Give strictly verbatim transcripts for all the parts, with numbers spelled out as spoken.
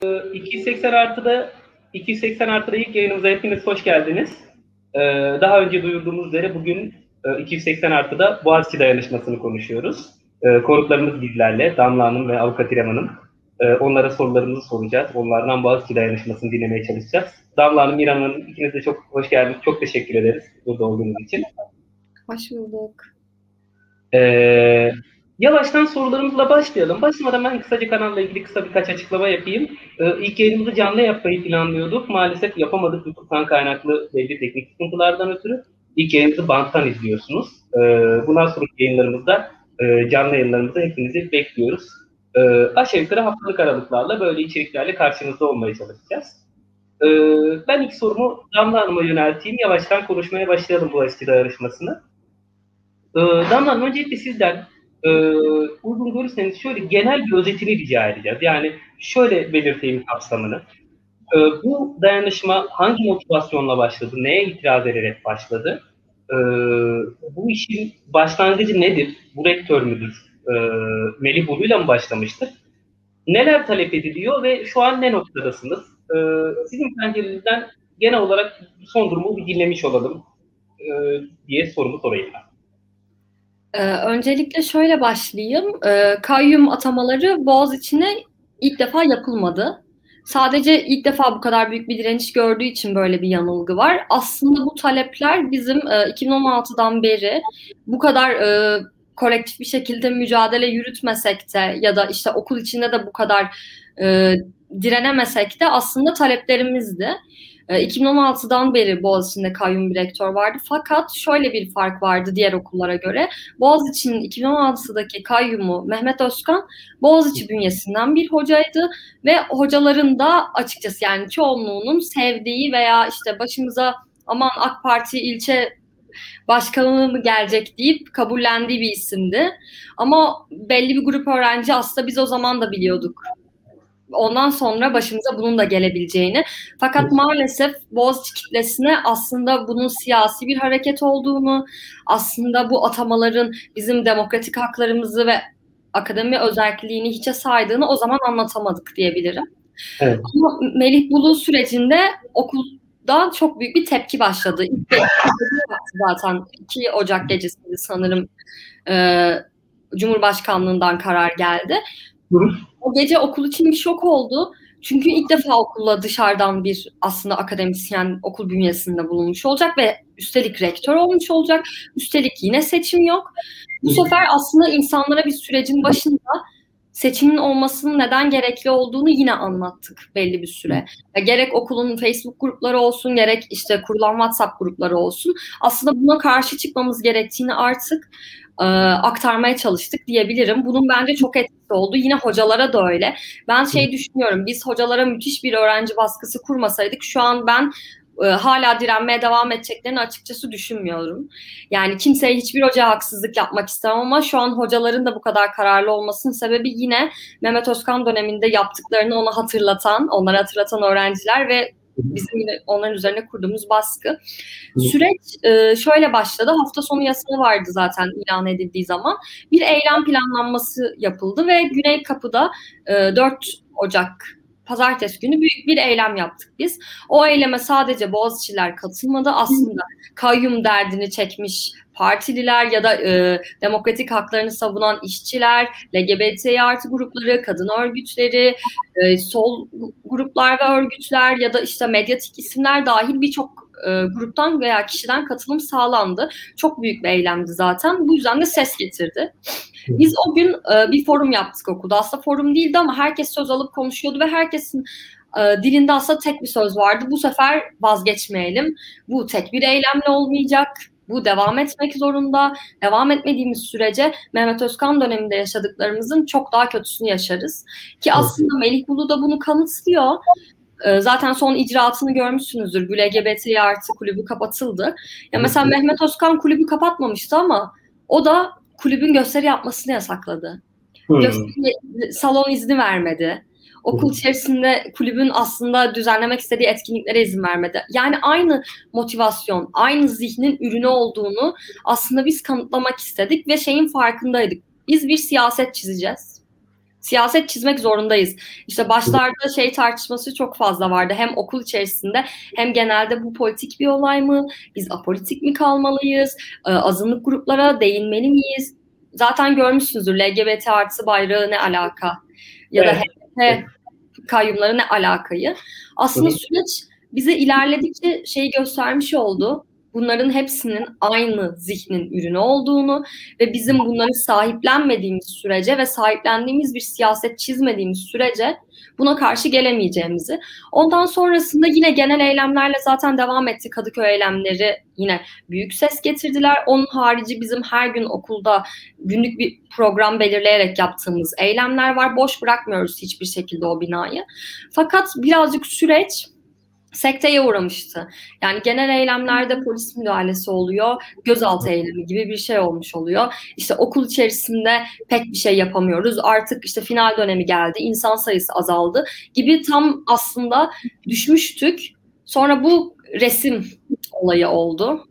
iki yüz seksen artıda iki yüz seksen artıda ilk yayınımıza hepiniz hoş geldiniz. Ee, daha önce duyurduğumuz üzere bugün e, iki yüz seksen artıda Boğaziçi Dayanışması'nı konuşuyoruz. Ee, konuklarımız bizlerle, Damla Hanım ve Avukat İrem Hanım. Ee, onlara sorularımızı soracağız. Onlardan Boğaziçi Dayanışması'nı dinlemeye çalışacağız. Damla Hanım, İrem Hanım, ikiniz de çok hoş geldiniz. Çok teşekkür ederiz burada olduğunuz için. Hoş bulduk. Ee, Yavaştan sorularımızla başlayalım. Başlamadan ben kısaca kanalla ilgili kısa birkaç açıklama yapayım. Ee, ilk yayınımızı canlı yapmayı planlıyorduk. Maalesef yapamadık YouTube'dan kaynaklı belli teknik sıkıntılardan ötürü. İlk yayınımızı banttan izliyorsunuz. Ee, bundan sonraki yayınlarımızda, e, canlı yayınlarımızda hepinizi bekliyoruz. Ee, aşağı yukarı haftalık aralıklarla böyle içeriklerle karşınızda olmaya çalışacağız. Ee, ben ilk sorumu Damla Hanım'a yönelteyim. Yavaştan konuşmaya başlayalım bu Boğaziçi Dayanışması'nı. Ee, Damla Hanım, öncelikle sizden e, uygun görürseniz şöyle genel bir özetini rica edeceğiz. Yani şöyle belirteyim kapsamını. E, bu dayanışma hangi motivasyonla başladı? Neye itiraz ederek başladı? E, bu işin başlangıcı nedir? Bu rektör müdür? E, Melih Bulu'yla mı başlamıştır? Neler talep ediliyor ve şu an ne noktadasınız? E, sizin pencerenizden genel olarak son durumu bir dinlemiş olalım e, diye sorumu sorayım ben. Ee, öncelikle şöyle başlayayım. Ee, kayyum atamaları Boğaziçi'ne ilk defa yapılmadı. Sadece ilk defa bu kadar büyük bir direniş gördüğü için böyle bir yanılgı var. Aslında bu talepler bizim e, iki bin on altıdan beri bu kadar e, kolektif bir şekilde mücadele yürütmesek de ya da işte okul içinde de bu kadar e, direnemesek de aslında taleplerimizdi. iki bin on altıdan beri Boğaziçi'nde kayyum bir rektör vardı. Fakat şöyle bir fark vardı diğer okullara göre. Boğaziçi'nin iki bin on altıdaki kayyumu Mehmet Özkan Boğaziçi bünyesinden bir hocaydı ve hocaların da açıkçası yani çoğunluğunun sevdiği veya işte başımıza aman AK Parti ilçe başkanlığı mı gelecek deyip kabullendiği bir isimdi. Ama belli bir grup öğrenci aslında biz o zaman da biliyorduk. Ondan sonra başımıza bunun da gelebileceğini. Fakat maalesef Boğaziçi kitlesine aslında bunun siyasi bir hareket olduğunu, aslında bu atamaların bizim demokratik haklarımızı ve akademi özelliğini hiçe saydığını o zaman anlatamadık diyebilirim. Evet. Ama Melih Bulu sürecinde okulda çok büyük bir tepki başladı. İlk zaten iki Ocak gecesiydi sanırım e, Cumhurbaşkanlığından karar geldi. O gece okul için bir şok oldu. Çünkü ilk defa okulla dışarıdan bir aslında akademisyen okul bünyesinde bulunmuş olacak ve üstelik rektör olmuş olacak. Üstelik yine seçim yok. Bu sefer aslında insanlara bir sürecin başında seçimin olmasının neden gerekli olduğunu yine anlattık belli bir süre. Ya gerek okulun Facebook grupları olsun, gerek işte kurulan WhatsApp grupları olsun. Aslında buna karşı çıkmamız gerektiğini artık e, aktarmaya çalıştık diyebilirim. Bunun bence çok etkisi oldu. Yine hocalara da öyle. Ben şey düşünüyorum, biz hocalara müthiş bir öğrenci baskısı kurmasaydık şu an ben e, hala direnmeye devam edeceklerini açıkçası düşünmüyorum. Yani kimseye hiçbir hocaya haksızlık yapmak istemem ama şu an hocaların da bu kadar kararlı olmasının sebebi yine Mehmet Özkan döneminde yaptıklarını ona hatırlatan, onlara hatırlatan öğrenciler ve bizim yine onların üzerine kurduğumuz baskı. Süreç e, şöyle başladı. Hafta sonu yasağı vardı zaten ilan edildiği zaman. Bir eylem planlanması yapıldı ve Güney Kapı'da e, dört Ocak Pazartesi günü büyük bir eylem yaptık biz. O eyleme sadece Boğaziçi'liler katılmadı. Aslında kayyum derdini çekmiş partililer ya da e, demokratik haklarını savunan işçiler, L G B T artı grupları, kadın örgütleri, e, sol gruplar ve örgütler ya da işte medyatik isimler dahil birçok e, gruptan veya kişiden katılım sağlandı. Çok büyük bir eylemdi zaten. Bu yüzden de ses getirdi. Biz o gün e, bir forum yaptık okulda. Aslında forum değildi ama herkes söz alıp konuşuyordu ve herkesin e, dilinde aslında tek bir söz vardı. Bu sefer vazgeçmeyelim. Bu tek bir eylemle olmayacak. Bu devam etmek zorunda. Devam etmediğimiz sürece Mehmet Özkan döneminde yaşadıklarımızın çok daha kötüsünü yaşarız. Ki aslında Melih Bulu da bunu kanıtlıyor. E, zaten son icraatını görmüşsünüzdür. Bu L G B T artı kulübü kapatıldı. Ya mesela Mehmet Özkan kulübü kapatmamıştı ama o da kulübün gösteri yapmasını yasakladı. Hmm. Gösteri, salon izni vermedi. Okul hmm. içerisinde kulübün aslında düzenlemek istediği etkinliklere izin vermedi. Yani aynı motivasyon, aynı zihnin ürünü olduğunu aslında biz kanıtlamak istedik ve şeyin farkındaydık. Biz bir siyaset çizeceğiz. siyaset çizmek zorundayız. İşte başlarda şey tartışması çok fazla vardı. Hem okul içerisinde hem genelde bu politik bir olay mı? Biz apolitik mi kalmalıyız? Azınlık gruplara değinmeli miyiz? Zaten görmüşsünüzdür L G B T artı bayrağı ne alaka? Ya da Evet. H D P kayyumları ne alakayı? Aslında Hı hı. süreç bize ilerledikçe şeyi göstermiş oldu. Bunların hepsinin aynı zihnin ürünü olduğunu ve bizim bunları sahiplenmediğimiz sürece ve sahiplendiğimiz bir siyaset çizmediğimiz sürece buna karşı gelemeyeceğimizi. Ondan sonrasında yine genel eylemlerle zaten devam etti. Kadıköy eylemleri yine büyük ses getirdiler. Onun harici bizim her gün okulda günlük bir program belirleyerek yaptığımız eylemler var. Boş bırakmıyoruz hiçbir şekilde o binayı. Fakat birazcık süreç sekteye uğramıştı. Yani genel eylemlerde polis müdahalesi oluyor, gözaltı eylemi gibi bir şey olmuş oluyor. İşte okul içerisinde pek bir şey yapamıyoruz. Artık işte final dönemi geldi, insan sayısı azaldı gibi tam aslında düşmüştük. Sonra bu resim olayı oldu.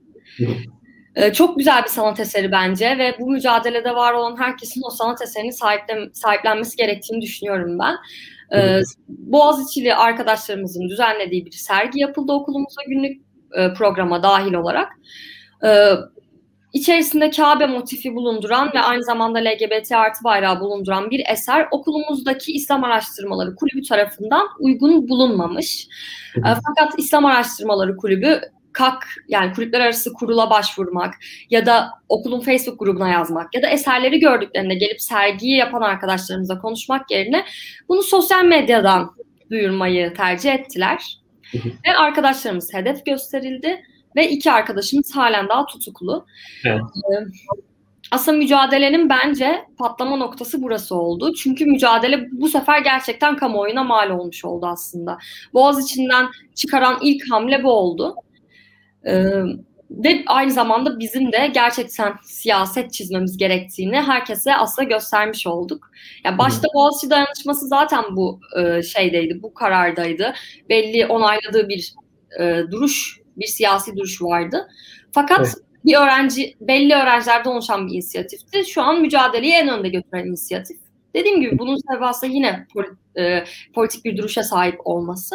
Ee, çok güzel bir sanat eseri bence ve bu mücadelede var olan herkesin o sanat eserini sahiplen- sahiplenmesi gerektiğini düşünüyorum ben. Ee, Boğaziçi'li arkadaşlarımızın düzenlediği bir sergi yapıldı okulumuza günlük e, programa dahil olarak. Ee, içerisinde Kabe motifi bulunduran ve aynı zamanda L G B T artı bayrağı bulunduran bir eser okulumuzdaki İslam Araştırmaları Kulübü tarafından uygun bulunmamış. E, fakat İslam Araştırmaları Kulübü K A K, yani kulüpler arası kurula başvurmak ya da okulun Facebook grubuna yazmak ya da eserleri gördüklerinde gelip sergiyi yapan arkadaşlarımızla konuşmak yerine bunu sosyal medyadan duyurmayı tercih ettiler. Ve arkadaşlarımız hedef gösterildi ve iki arkadaşımız halen daha tutuklu. Evet. Aslında mücadelenin bence patlama noktası burası oldu. Çünkü mücadele bu sefer gerçekten kamuoyuna mal olmuş oldu aslında. Boğaziçi'nden çıkaran ilk hamle bu oldu. Ee, ve aynı zamanda bizim de gerçekten siyaset çizmemiz gerektiğini herkese aslında göstermiş olduk. Yani başta Boğaziçi Dayanışması zaten bu e, şeydeydi, bu karardaydı. Belli onayladığı bir e, duruş, bir siyasi duruş vardı. Fakat evet. bir öğrenci, belli öğrencilerden oluşan bir inisiyatifti. Şu an mücadeleyi en önde götüren inisiyatif. Dediğim gibi bunun sebebi aslında yine e, politik bir duruşa sahip olması.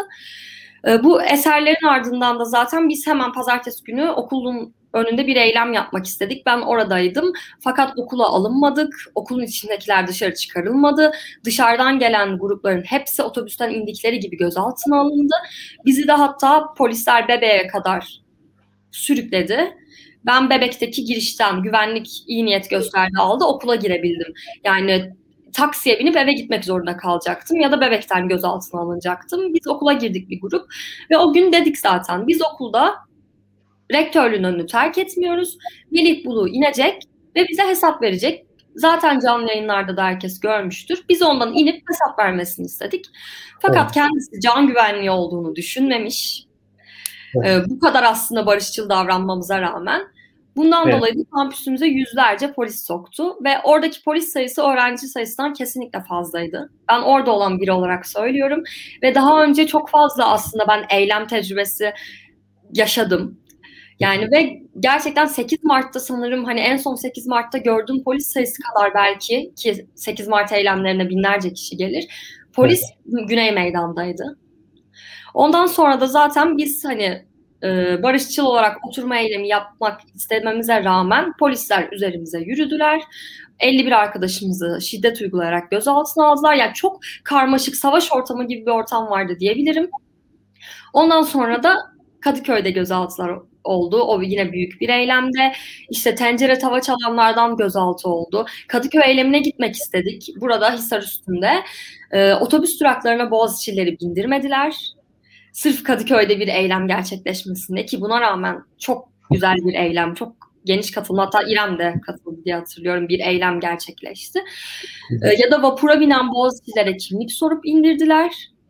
Bu eserlerin ardından da zaten biz hemen pazartesi günü okulun önünde bir eylem yapmak istedik. Ben oradaydım. Fakat okula alınmadık. Okulun içindekiler dışarı çıkarılmadı. Dışarıdan gelen grupların hepsi otobüsten indikleri gibi gözaltına alındı. Bizi de hatta polisler Bebek'e kadar sürükledi. Ben Bebek'teki girişten güvenlik iyi niyet gösterdi, aldı. Okula girebildim. Yani taksiye binip eve gitmek zorunda kalacaktım ya da Bebek'ten gözaltına alınacaktım. Biz okula girdik bir grup ve o gün dedik zaten biz okulda rektörlüğün önünü terk etmiyoruz. Melih Bulu inecek ve bize hesap verecek. Zaten canlı yayınlarda da herkes görmüştür. Biz ondan inip hesap vermesini istedik. Fakat evet. kendisi can güvenliği olduğunu düşünmemiş. Evet. Ee, bu kadar aslında barışçıl davranmamıza rağmen. Bundan evet. dolayı da kampüsümüze yüzlerce polis soktu ve oradaki polis sayısı öğrenci sayısından kesinlikle fazlaydı. Ben orada olan biri olarak söylüyorum ve daha önce çok fazla aslında ben eylem tecrübesi yaşadım. Yani ve gerçekten sekiz Mart'ta sanırım hani en son sekiz Mart'ta gördüğüm polis sayısı kadar belki ki sekiz Mart eylemlerine binlerce kişi gelir. Polis evet. Güney Meydan'daydı. Ondan sonra da zaten biz hani barışçıl olarak oturma eylemi yapmak istememize rağmen polisler üzerimize yürüdüler. elli bir arkadaşımızı şiddet uygulayarak gözaltına aldılar. Yani çok karmaşık savaş ortamı gibi bir ortam vardı diyebilirim. Ondan sonra da Kadıköy'de gözaltılar oldu. O yine büyük bir eylemde. İşte tencere tava çalanlardan gözaltı oldu. Kadıköy eylemine gitmek istedik. Burada Hisarüstü'nde. Ee, otobüs duraklarına Boğaziçi'lileri bindirmediler. Sırf Kadıköy'de bir eylem gerçekleşmesinde ki buna rağmen çok güzel bir eylem, çok geniş katılım, hatta İrem de katıldı diye hatırlıyorum, bir eylem gerçekleşti. Ee, ya da vapura binen Boğaziçi'lilere kimlik sorup indirdiler.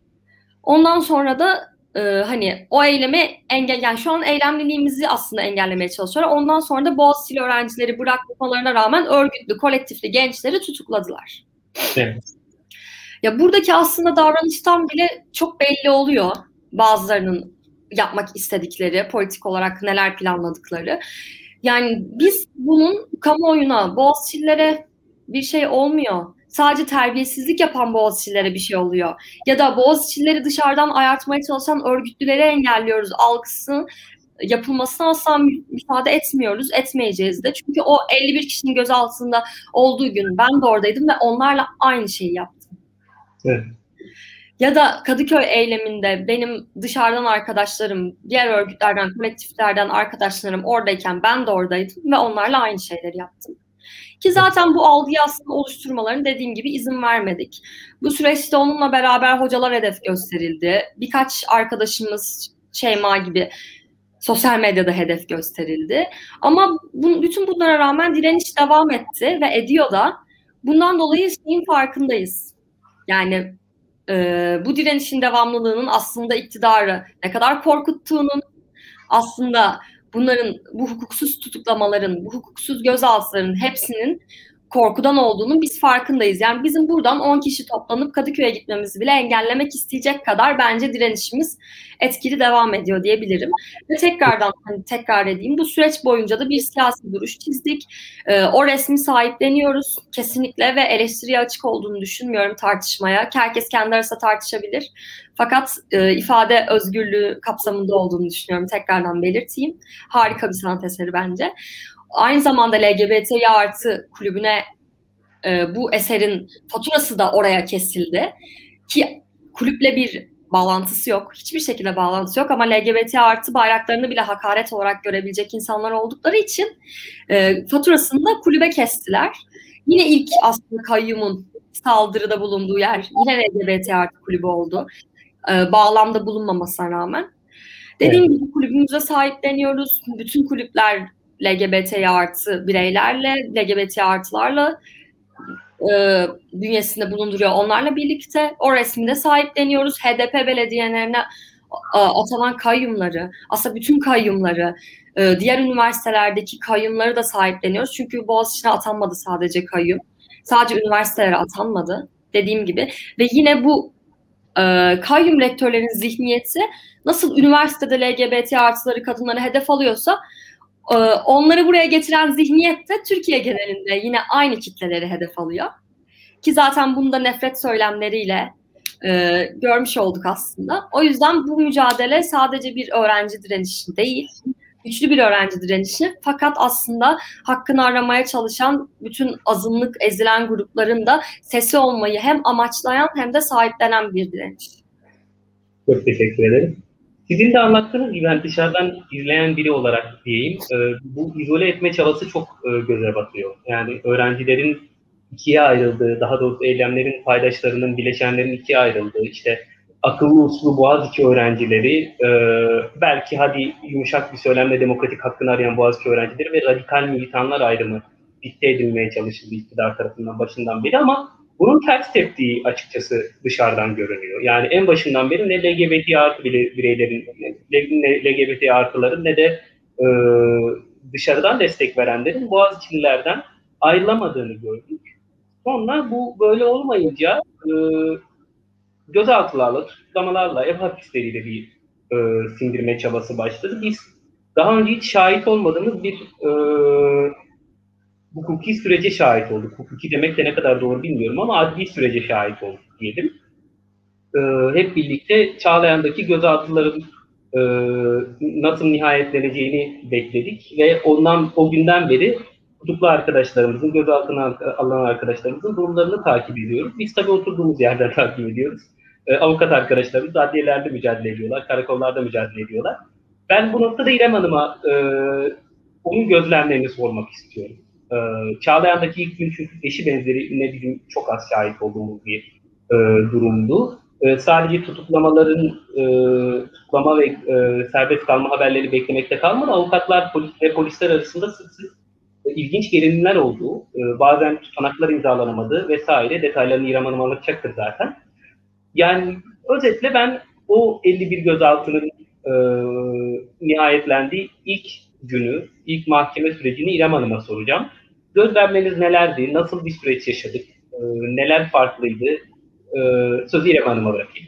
Ondan sonra da e, hani o eylemi engel, yani şu an eylemliliğimizi aslında engellemeye çalışıyorlar. Ondan sonra da Boğaziçi'li öğrencileri bırakmalarına rağmen örgütlü, kolektifli gençleri tutukladılar. Evet. Ya buradaki aslında davranıştan bile çok belli oluyor. Bazılarının yapmak istedikleri, politik olarak neler planladıkları. Yani biz bunun kamuoyuna, Boğaziçi'lilere bir şey olmuyor, sadece terbiyesizlik yapan Boğaziçi'lilere bir şey oluyor. Ya da Boğaziçi'lileri dışarıdan ayartmaya çalışan örgütlüleri engelliyoruz algısı yapılmasına asla müsaade etmiyoruz, etmeyeceğiz de. Çünkü o elli bir kişinin gözaltında olduğu gün ben de oradaydım ve onlarla aynı şeyi yaptım. Evet. Ya da Kadıköy eyleminde benim dışarıdan arkadaşlarım, diğer örgütlerden, kolektiflerden arkadaşlarım oradayken ben de oradaydım ve onlarla aynı şeyleri yaptım. Ki zaten bu algıyı aslında oluşturmalarını dediğim gibi izin vermedik. Bu süreçte onunla beraber hocalar hedef gösterildi. Birkaç arkadaşımız Şeyma gibi sosyal medyada hedef gösterildi. Ama bu, bütün bunlara rağmen direniş devam etti ve ediyor da. Bundan dolayı şeyin farkındayız. Yani e, bu direnişin devamlılığının aslında iktidarı ne kadar korkuttuğunun, aslında bunların, bu hukuksuz tutuklamaların, bu hukuksuz gözaltıların hepsinin korkudan olduğunu biz farkındayız. Yani bizim buradan on kişi toplanıp Kadıköy'e gitmemizi bile engellemek isteyecek kadar bence direnişimiz etkili devam ediyor diyebilirim. Ve tekrardan hani tekrar edeyim, bu süreç boyunca da bir siyasi duruş çizdik. Ee, o resmi sahipleniyoruz kesinlikle ve eleştiriye açık olduğunu düşünmüyorum tartışmaya. Herkes kendi arasında tartışabilir. Fakat e, ifade özgürlüğü kapsamında olduğunu düşünüyorum. Tekrardan belirteyim. Harika bir sanat eseri bence. Aynı zamanda L G B T İ artı kulübüne e, bu eserin faturası da oraya kesildi. Ki kulüple bir bağlantısı yok. Hiçbir şekilde bağlantısı yok ama L G B T artı bayraklarını bile hakaret olarak görebilecek insanlar oldukları için e, faturasını da kulübe kestiler. Yine ilk aslında kayyumun saldırıda bulunduğu yer yine L G B T artı kulübü oldu. E, bağlamda bulunmamasına rağmen. Dediğim evet. gibi kulübümüze sahipleniyoruz. Bütün kulüpler L G B T artı bireylerle, L G B T artılarla e, bünyesinde bulunduruyor. Onlarla birlikte o resminde sahipleniyoruz. H D P belediyelerine e, atanan kayyumları, aslında bütün kayyumları, e, diğer üniversitelerdeki kayyumları da sahipleniyoruz. Çünkü Boğaziçi'ne atanmadı sadece kayyum. Sadece üniversitelere atanmadı dediğim gibi. Ve yine bu e, kayyum rektörlerin zihniyeti nasıl üniversitede L G B T artıları kadınları hedef alıyorsa e, onları buraya getiren zihniyet de Türkiye genelinde yine aynı kitleleri hedef alıyor. Ki zaten bunu da nefret söylemleriyle e, görmüş olduk aslında. O yüzden bu mücadele sadece bir öğrenci direnişi değil, güçlü bir öğrenci direnişi. Fakat aslında hakkını aramaya çalışan bütün azınlık, ezilen grupların da sesi olmayı hem amaçlayan hem de sahiplenen bir direniş. Çok teşekkür ederim. Sizin de anlattığınız gibi ben dışarıdan izleyen biri olarak diyeyim, e, bu izole etme çabası çok e, göze batıyor. Yani öğrencilerin ikiye ayrıldığı, daha doğrusu eylemlerin paydaşlarının, bileşenlerin ikiye ayrıldığı, işte akıllı uslu Boğaziçi öğrencileri, e, belki hadi yumuşak bir söylemle demokratik hakkını arayan Boğaziçi öğrencileri ve radikal militanlar ayrımı dikte edilmeye çalışıldı iktidar tarafından başından beri ama bunun ters teptiği açıkçası dışarıdan görünüyor. Yani en başından beri ne L G B T artı bireylerin, ne L G B T artıların ne de e, dışarıdan destek verenlerin Boğaziçi'lilerden ayrılamadığını gördük. Sonra bu böyle olmayınca e, gözaltılarla, tutuklamalarla, ev hapisleriyle bir e, sindirme çabası başladı. Biz daha önce hiç şahit olmadığımız bir e, hukuki sürece şahit olduk. Hukuki demek de ne kadar doğru bilmiyorum ama adli sürece şahit olduk diyelim. Ee, hep birlikte Çağlayan'daki gözaltıların e, nasıl nihayetleneceğini bekledik ve ondan o günden beri tutuklu arkadaşlarımızın, gözaltına alınan arkadaşlarımızın durumlarını takip ediyoruz. Biz tabii oturduğumuz yerden takip ediyoruz. Ee, avukat arkadaşlarımız adliyelerde mücadele ediyorlar, karakollarda mücadele ediyorlar. Ben bu noktada İrem Hanım'a e, onun gözlemlerini sormak istiyorum. Ee, Çağlayan'daki ilk gün çünkü eşi benzerine bizim çok az şahit olduğumuz bir e, durumdu. E, sadece tutuklamaların, e, tutuklama ve e, serbest kalma haberleri beklemekte kalmadı. Avukatlar polis ve polisler arasında sık sık e, ilginç gerilimler oldu. E, bazen tutanaklar imzalanamadı vesaire. Detaylarını İrem Hanım anlatacaktır zaten. Yani özetle ben o elli bir gözaltının e, nihayetlendiği ilk günü, ilk mahkeme sürecini İrem Hanım'a soracağım. Gözlemleriniz nelerdi? Nasıl bir süreç yaşadık? E, neler farklıydı? E, sözü İrem Hanım'a bırakayım.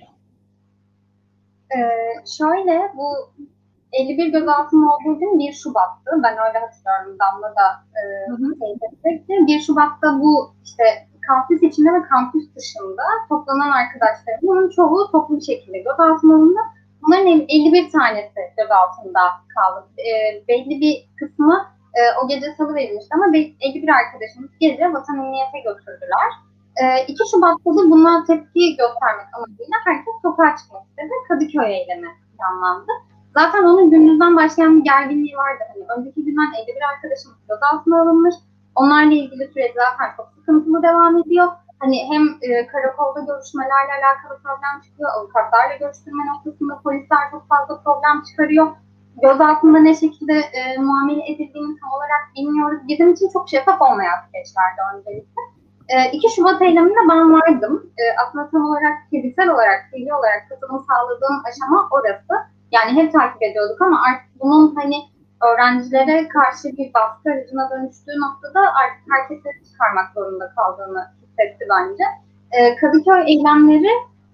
Ee, şöyle, bu elli bir gözaltının olduğu gün bir Şubat'tı. Ben öyle hatırlıyorum. Damla da e, bir Şubat'ta bu işte kampüs içinde ve kampüs dışında toplanan arkadaşlarımın çoğu toplu bir şekilde gözaltına alındı. Bunların elli bir tanesi gözaltında kaldı. E, belli bir kısmı e, o gece salıverilmişti ama elli bir arkadaşımız gece vatan emniyete götürdüler. E, iki Şubat'ta da buna tepki göstermek amacıyla herkes sokağa çıkmak istedi. Kadıköy eylemi planlandı. Zaten onun gündüzden başlayan bir gerginliği vardı. Hani önceki günden elli bir arkadaşımız gözaltına alınmış. Onlarla ilgili süreç zaten çok sıkıntılı devam ediyor. Hani hem e, karakolda görüşmelerle alakalı problem çıkıyor, avukatlarla görüştürme noktasında polisler çok fazla problem çıkarıyor. Gözaltında ne şekilde e, muamele edildiğini tam olarak bilmiyoruz. Bizim için çok şeffaf olmayan süreçlerdi öncelikle. E, iki Şubat eyleminde ben vardım. E, aslında tam olarak fiziksel olarak, fiili olarak katılım sağladığım aşama orası. Yani hep takip ediyorduk ama artık bunun hani öğrencilere karşı bir baskı aracına dönüştüğü noktada artık herkese çıkarmak zorunda kaldığını hissetti bence. Ee, Kadıköy eylemleri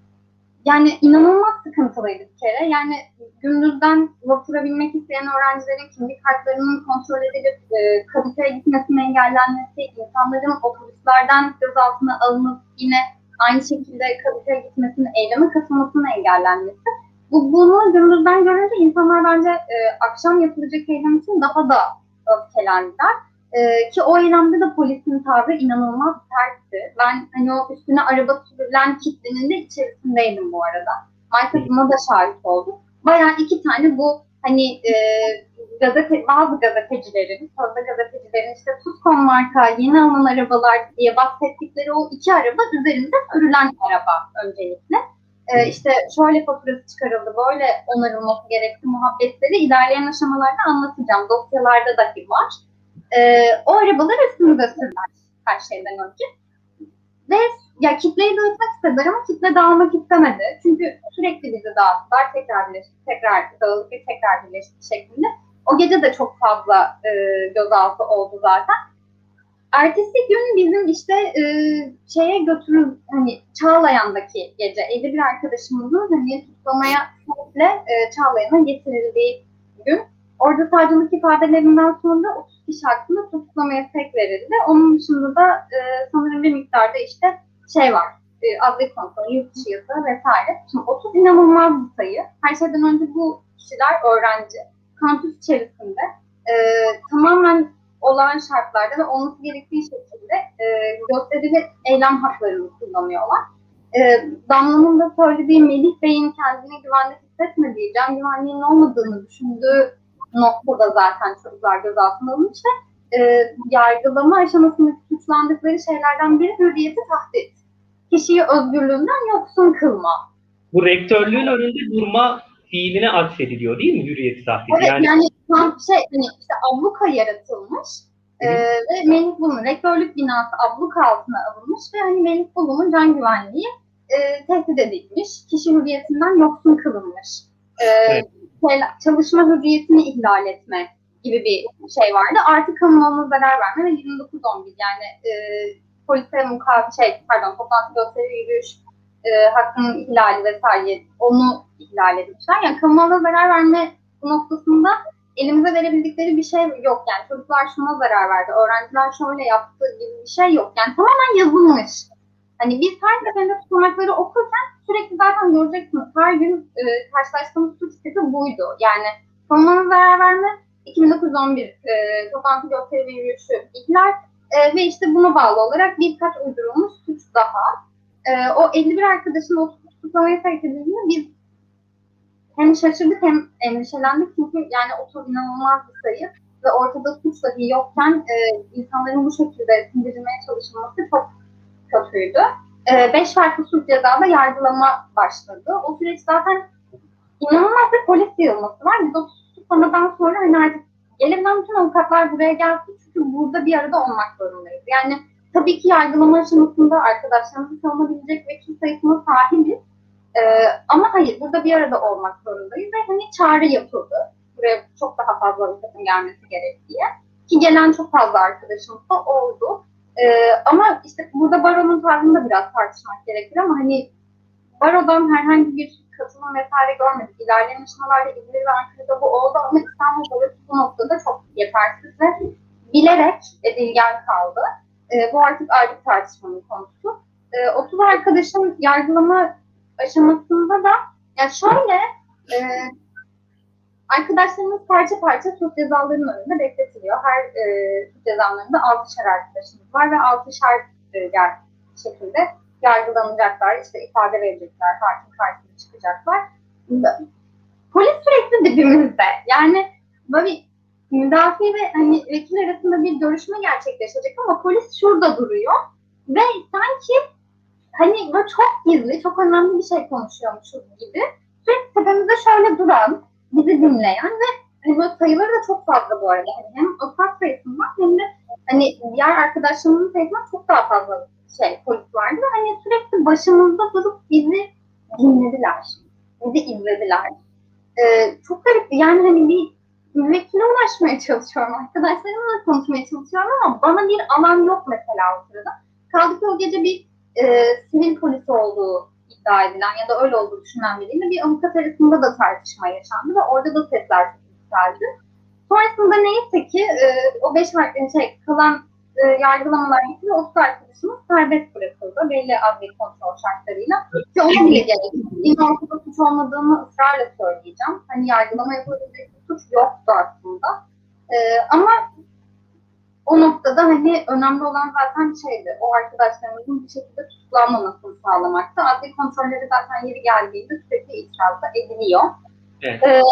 yani inanılmaz sıkıntılıydı bir kere. Yani gündüzden vapura binmek isteyen öğrencilerin kimlik kartlarının kontrol edilip e, Kadıköy'e gitmesinin engellenmesi, insanların otobüslerden gözaltına alınıp yine aynı şekilde Kadıköy'e gitmesinin, eyleme katılmasının engellenmesi. Bu, bunu gündüzden görünce insanlar bence e, akşam yapılacak eylem için daha da öfkelendiler. E, ki o eylemde de polisin tavrı inanılmaz sertti. Ben hani o üstüne araba sürülen kitlenin de içerisindeydim bu arada. Maalesef buna da şahit oldum. Bayağı iki tane bu hani e, gazete, bazı gazetecilerin, sözde gazetecilerin işte Tucson marka yeni alınan arabalar diye bahsettikleri o iki araba üzerinde sürülen araba öncelikle. Ee, işte şöyle faturası çıkarıldı, böyle onarılması gerekli muhabbetleri ilerleyen aşamalarda anlatacağım. Dosyalarda dahi var. Ee, o arabalar üstümüze sürdüler her şeyden önce. Ve ya kitleyi dağıtmak istediler ama kitle dağılmak istemedi. Çünkü sürekli bizi dağıttılar, tekrar birleştik, tekrar dağılıp bir tekrar birleştik şeklinde. O gece de çok fazla e, gözaltı oldu zaten. Ertesi gün bizim işte e, şeye götürüp hani Çağlayan'daki gece elli bir arkadaşımızın hani tutuklamaya sebeple e, Çağlayan'a getirildiği gün. Orada savcılık ifadelerinden sonra otuz kişi hakkında tutuklamaya sevk verildi. Onun dışında da e, sanırım bir miktarda işte şey var, e, adli kontrol, yurt dışı yasa vesaire. Şimdi otuz inanılmaz bir sayı. Her şeyden önce bu kişiler öğrenci. Kampüs içerisinde e, tamamen olağan şartlarda ve olması gerektiği şekilde e, gösterili eylem haklarını kullanıyorlar. E, Damla'nın da söylediği Melih Bey'in kendine güvenli hissetmediği, can güvenliğinin olmadığını düşündüğü noktada zaten çocuklar gözaltına alınmış ve e, yargılama aşamasındaki suçlandıkları şeylerden biri hürriyeti tahdit. Kişiyi özgürlüğünden yoksun kılma. Bu rektörlüğün önünde durma fiiline atfediliyor değil mi hürriyeti tahdit? Evet yani, yani tam şey hani işte abluka yaratılmış e, ve Melih Bulu'nun rektörlük binası abluka altına alınmış ve hani Melih Bulu'nun can güvenliği e, tehdit edilmiş. Kişi hürriyetinden yoksun kılınmış. E, evet. Çalışma hürriyetini ihlal etme gibi bir şey vardı. Artık kamuoyuna zarar verme ve yirmi dokuz on bir yani e, polise mukabil şey pardon toplantı gösteri yürüyüş e, hakkının ihlali vesaire onu ihlal etmişler. Yani kamuoyuna zarar verme noktasında elimize verebildikleri bir şey yok. Yani çocuklar şuna zarar verdi, öğrenciler şöyle yaptı gibi bir şey yok. Yani tamamen yazılmış. Hani biz her seferinde tutanakları okurken sürekli zaten göreceksiniz. Her gün e, karşılaştığımız suç tipi buydu. Yani kamuoyuna zarar verme, iki bin dokuz yüz on bir e, toplantı gösteri ve yürüyüşü ihlal e, ve işte buna bağlı olarak birkaç uydurulmuş suç daha. E, o elli bir arkadaşın o tutuklamaya sevk edildiğinde biz hem şaşırdık hem endişelendik çünkü yani o çok inanılmaz bir sayı ve ortada suç dahi yokken e, insanların bu şekilde sindirilmeye çalışılması çok kötüydü. E, beş farklı suç cezada yargılama başladı. O süreç zaten inanılmaz bir polis yığılması var. Biz o tutuklamadan sonra hani artık gelebilen bütün avukatlar buraya geldi çünkü burada bir arada olmak zorundayız. Yani tabii ki yargılama aşamasında arkadaşlarımızı savunabilecek vekil sayısına sahibiz. Ee, ama hayır, burada bir arada olmak zorundayız ve hani çağrı yapıldı. Buraya çok daha fazla avukatın gelmesi gerektiği. Ki gelen çok fazla arkadaşımız da oldu. Ee, ama işte burada baronun tarzını da biraz tartışmak gerekir ama hani barodan herhangi bir katılım vesaire görmedik. İlerleyen aşamalarda İzmir ve Ankara'da bu oldu ama İstanbul Barosu bu noktada çok yetersiz ve bilerek edilgen kaldı. E, bu artık ayrı bir tartışmanın konusu. E, otuz arkadaşın yargılama aşamasında da ya şöyle e, arkadaşlarımız parça parça suç cezalarının önünde bekletiliyor. Her e, suç cezalarında altışar arkadaşımız var ve altışar e, yer şekilde yargılanacaklar. İşte ifade verecekler, hakim karşısına çıkacaklar. Polis sürekli dibimizde. Yani böyle müdafi ve hani vekil arasında bir görüşme gerçekleşecek ama polis şurada duruyor ve sanki hani böyle çok gizli, çok önemli bir şey konuşuyormuşuz gibi sürekli tepemizde şöyle duran, bizi dinleyen ve hani böyle sayıları da çok fazla bu arada. Hani hem avukat sayısından hem de hani diğer arkadaşlarımızın sayısından çok daha fazla şey polis vardı ve hani sürekli başımızda durup bizi dinlediler, bizi izlediler. Ee, çok garipti. Yani hani bir müvekkile ulaşmaya çalışıyorum. Arkadaşlarımla konuşmaya çalışıyorum ama bana bir alan yok mesela o sırada. Kaldı ki o gece bir e, sivil polis olduğu iddia edilen ya da öyle olduğu düşünülen biriyle bir avukat arasında da tartışma yaşandı ve orada da sesler çok yükseldi. Sonrasında neyse ki e, o beş şey, kalan e, yargılamalar gitti ve otuz arkadaşımız serbest bırakıldı belli adli kontrol şartlarıyla. Ki ona bile gerek. Yine ortada suç olmadığını ısrarla söyleyeceğim. Hani yargılama yapabilecek bir suç yoktu aslında. E, ama o noktada hani önemli olan zaten şeydi, o arkadaşlarımızın bir şekilde tutuklanmamasını sağlamaktı. Adli kontrolleri zaten yeri geldiğinde sürekli itiraz da ediliyor. Evet. Ee,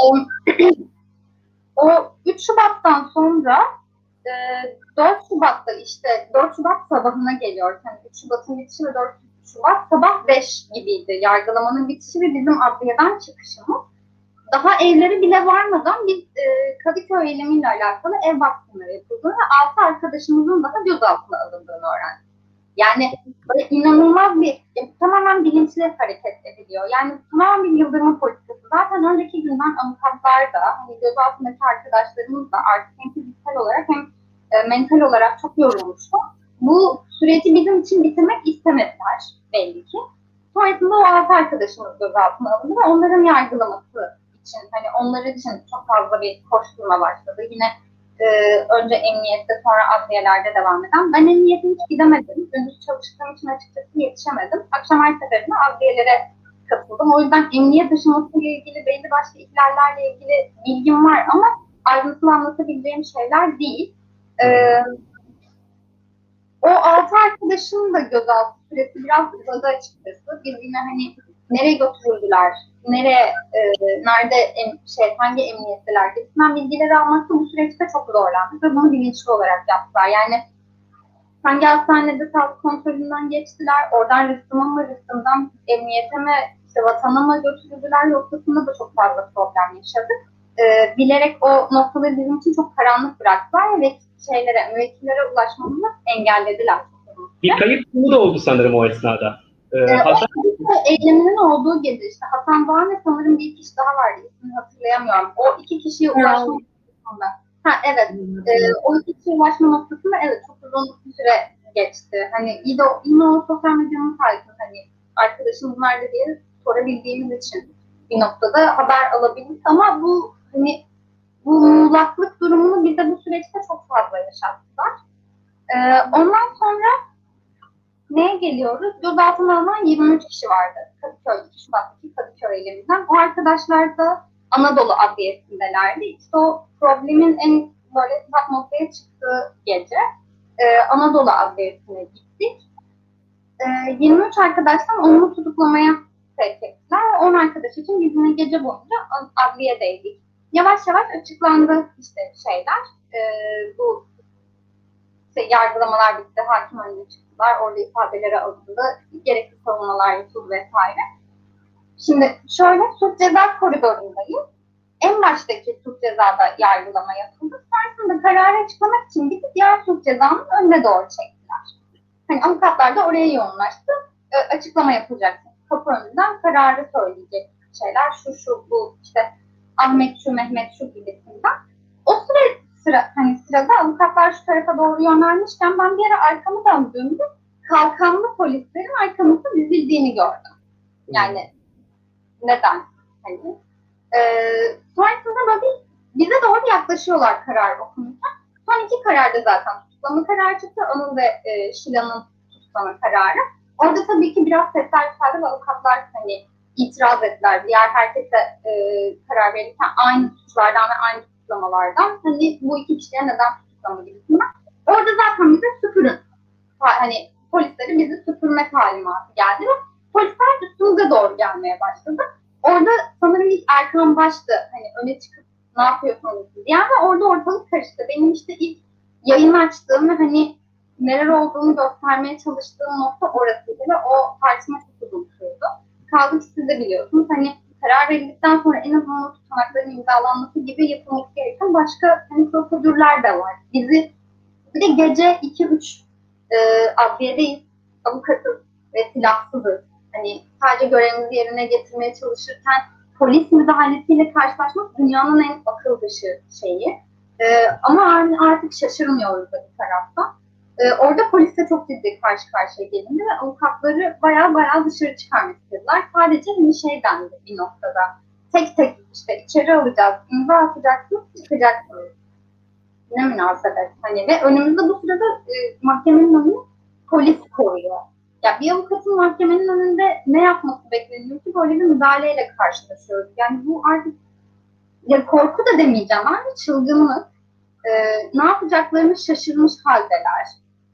o üç Şubat'tan sonra e, dört Şubat'ta işte dört Şubat sabahına geliyor. Yani üç Şubat'ın bitişi ve dört Şubat sabah beş gibiydi yargılamanın bitişi ve bizim adliyeden çıkışımız. Daha evleri bile varmadan biz e, Kadıköy eylemiyle alakalı ev baskınları yapıldığını ve altı arkadaşımızın daha gözaltına alındığını öğrendik. Yani böyle inanılmaz bir, e, tamamen bilinçli hareket ediliyor. Yani tamamen bir yıldırma politikası. Zaten önceki günden avukatlar da, hani gözaltındaki arkadaşlarımız da artık hem fiziksel olarak hem e, mental olarak çok yorulmuştu. Bu süreci bizim için bitirmek istemediler belli ki. Sonrasında o altı arkadaşımız gözaltına alındı ve onların yargılaması için, hani onlar için çok fazla bir koşturma başladı. Yine e, önce emniyette sonra adliyelerde devam eden. Ben emniyete hiç gidemedim. Gündüz çalıştığım için açıkçası yetişemedim. Akşam her seferinde adliyelere katıldım. O yüzden emniyet taşımasıyla ilgili belli başlı ihlallerle ilgili bilgim var ama ayrıntılı anlatabileceğim şeyler değil. E, o altı arkadaşın da gözaltı süresi biraz uzadı açıkçası. Biz yine hani nereye götürüldüler, nereye, e, nerede, em, şey, hangi emniyetteler gibisinden bilgileri almakta bu süreçte çok zorlandık ve bunu bilinçli olarak yaptılar. Yani hangi hastanede sağlık kontrolünden geçtiler, oradan Rıstım'a mı, Rıstım'dan emniyete mi, işte vatana mı götürüldüler noktasında da çok fazla problem yaşadık. E, bilerek o noktaları bizim için çok karanlık bıraktılar ve şeylere, müvekkillere ulaşmamızı engellediler. Bir kayıp da oldu sanırım o esnada. Ee, Ee, Hasan... O eyleminin olduğu gece işte Hasan Doğan ve sanırım bir kişi daha vardı. İsmini hatırlayamıyorum. O iki kişiye ulaşma noktasında. Ha evet. E, o iki kişiye ulaşma noktasında evet çok uzun bir süre geçti. Hani yine o, yine o sosyal medyanın sayesinde hani arkadaşım nerede diye sorabildiğimiz için bir noktada haber alabildik. Ama bu hani bu muğlaklık durumunu bize bu süreçte çok fazla yaşattılar. Ee, ondan sonra neye geliyoruz? Gözaltına alınan yirmi üç kişi vardı. Kadıköy, iki Şubat'taki Kadıköy eyleminden. O arkadaşlar da Anadolu Adliyesi'ndelerdi. İşte o problemin en böyle tam noktaya çıktığı gece e, Anadolu Adliyesi'ne gittik. E, yirmi üç arkadaştan onu tutuklamaya sevk ettiler. on arkadaş için biz yine gece boyunca adliyedeydik. Yavaş yavaş açıklandı işte şeyler. E, bu işte yargılamalar bitti, hakim önüne çıktılar, orada ifadeleri alındı, gerekli savunmalar yapıldı vesaire. Şimdi şöyle, suç ceza koridorundayız. En baştaki suç cezada yargılama yapıldı. Sonrasında kararı açıklamak için bir diğer suç cezanın önüne doğru çektiler. Hani avukatlar da oraya yoğunlaştı. E, açıklama yapılacak. Kapı önünden kararı söyleyecek şeyler, şu şu bu işte Ahmet şu Mehmet şu gibisinden. O süre sıra hani sırada avukatlar şu tarafa doğru yönelmişken ben bir ara arkamı döndüğümde kalkanlı polislerin arkamızda dizildiğini gördüm. Yani neden? Hani ee, sonrasında böyle bize doğru yaklaşıyorlar karar okunurken. Son iki kararda zaten tutuklama kararı çıktı. Onun ve e, Şila'nın tutuklama kararı. Orada tabii ki biraz sesler yükseldi ve avukatlar hani itiraz ettiler. Diğer herkese e, karar verirken aynı suçlardan ve aynı tutuklamalardan hani bu iki kişiye neden tutuklama gibisinden. Orada zaten bize süpürün. Hani polisleri bizi süpürme talimatı geldi ve polisler üstümüze doğru gelmeye başladı. Orada sanırım ilk Erkan Baş'tı hani öne çıkıp ne yapıyorsunuz diyen ve orada ortalık karıştı. Benim işte ilk yayın açtığım ve hani neler olduğunu göstermeye çalıştığım nokta orasıydı ve o tartışma çok uzun sürdü. Kaldı ki siz de biliyorsunuz hani karar verildikten sonra en azından o tutanakların imzalanması gibi yapılması gereken başka hani prosedürler de var. Bizi bir de gece iki üç e, adliyedeyiz, avukatız ve silahsızız. Hani sadece görevimizi yerine getirmeye çalışırken polis müdahalesiyle karşılaşmak dünyanın en akıl dışı şeyi. Ee, ama artık şaşırmıyoruz da bir taraftan. Ee, orada polisle çok ciddi karşı karşıya gelindi ve avukatları bayağı bayağı dışarı çıkarmak istediler. Sadece bir şey dendi bir noktada. Tek tek işte içeri alacağız, imza atacaksınız, çıkacaksınız. Ne münasebet. Hani ve önümüzde bu sırada e, mahkemenin önünde polis koruyor. Ya bir avukatın mahkemenin önünde ne yapması bekleniyor ki böyle bir müdahaleyle karşılaşıyoruz. Yani bu artık ya korku da demeyeceğim ama çılgınlık. Ee, ne yapacaklarını şaşırmış haldeler.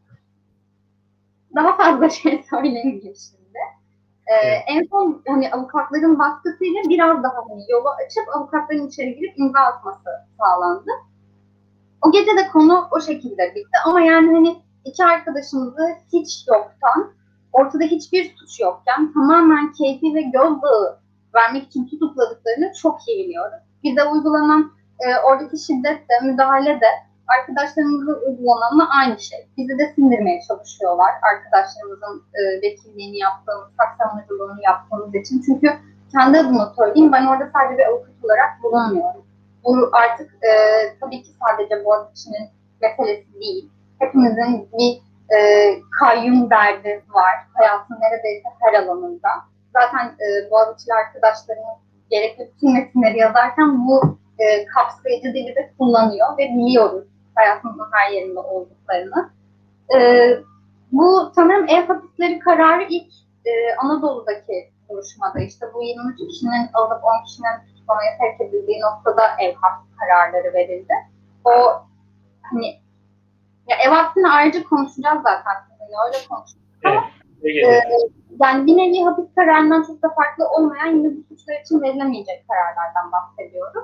Daha fazla şey söylemeyeyim şimdi. Ee, evet. En son hani avukatların baskısıyla biraz daha hani yolu açıp avukatların içeri girip imza atması sağlandı. O gece de konu o şekilde bitti ama yani hani iki arkadaşımızı hiç yoktan, ortada hiçbir suç yokken tamamen keyfi ve gözdağı vermek için tutukladıklarını çok iyi biliyoruz. Bize uygulanan e, oradaki şiddet de, müdahale de arkadaşlarımıza uygulananla aynı şey. Bizi de sindirmeye çalışıyorlar arkadaşlarımızın e, vekilliğini yaptığımız, hak savunuculuğunu yaptığımız için. Çünkü kendi adıma söyleyeyim, ben orada sadece bir avukat olarak bulunmuyorum. Bu artık e, tabii ki sadece Boğaziçi'nin meselesi değil. Hepimizin bir e, kayyum derdi var. Hayatın neredeyse her alanında. Zaten e, Boğaziçi'li arkadaşlarımız gerekli bütün metinleri yazarken bu e, kapsayıcı dili de kullanıyor ve biliyoruz hayatımızın her yerinde olduklarını. E, bu sanırım ev hapisleri kararı ilk e, Anadolu'daki duruşmada işte bu yirmi üç kişinin alıp on kişinin tutuklamaya terk edildiği noktada ev hapsi kararları verildi. O hani ya ev hapsini ayrıca konuşacağız zaten. Yani öyle konuşacağız. Evet. Ee, yani bir nevi hapis kararından çok da farklı olmayan yine bu suçlar için verilemeyecek kararlardan bahsediyoruz.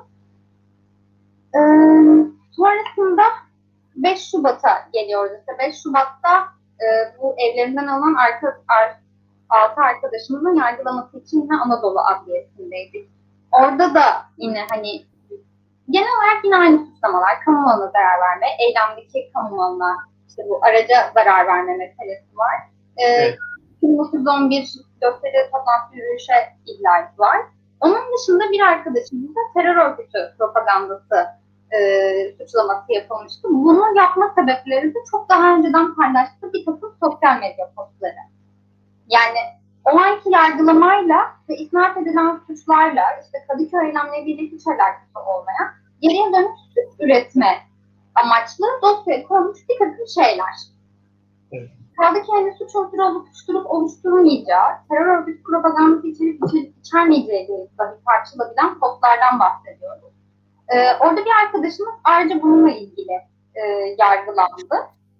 Ee, sonrasında beş Şubat'a geliyoruz. İşte beş Şubat'ta e, bu evlerinden alınan arka, ar, altı arkadaşımızın yargılaması için yine Anadolu Adliyesi'ndeydik. Orada da yine hani genel olarak yine aynı suçlamalar, kamu malına zarar verme, eylemdeki kamu malına, işte bu araca zarar verme meselesi var. Ee, evet. bin dokuz yüz on bir gösteri toplantı yürüyüşe ihlali var. Onun dışında bir arkadaşımızda terör örgütü propagandası e, suçlaması yapılmıştı. Bunu yapma sebepleri de çok daha önceden paylaştığı bir takım sosyal medya postları. Yani o anki yargılamayla ve isnat edilen suçlarla, işte Kadıköy eylemleriyle hiç alakası olmayan, geriye dönük suç üretme amaçlı dosyaya konmuş bir takım şeyler. Evet. Kaldı ki hani suç unsuru oluşturup oluşturmayacağı, terör örgütü propagandası içerik içerik içermeyeceği diye dahi tartışılabilen postlardan bahsediyoruz. Ee, orada bir arkadaşımız ayrıca bununla ilgili e, yargılandı.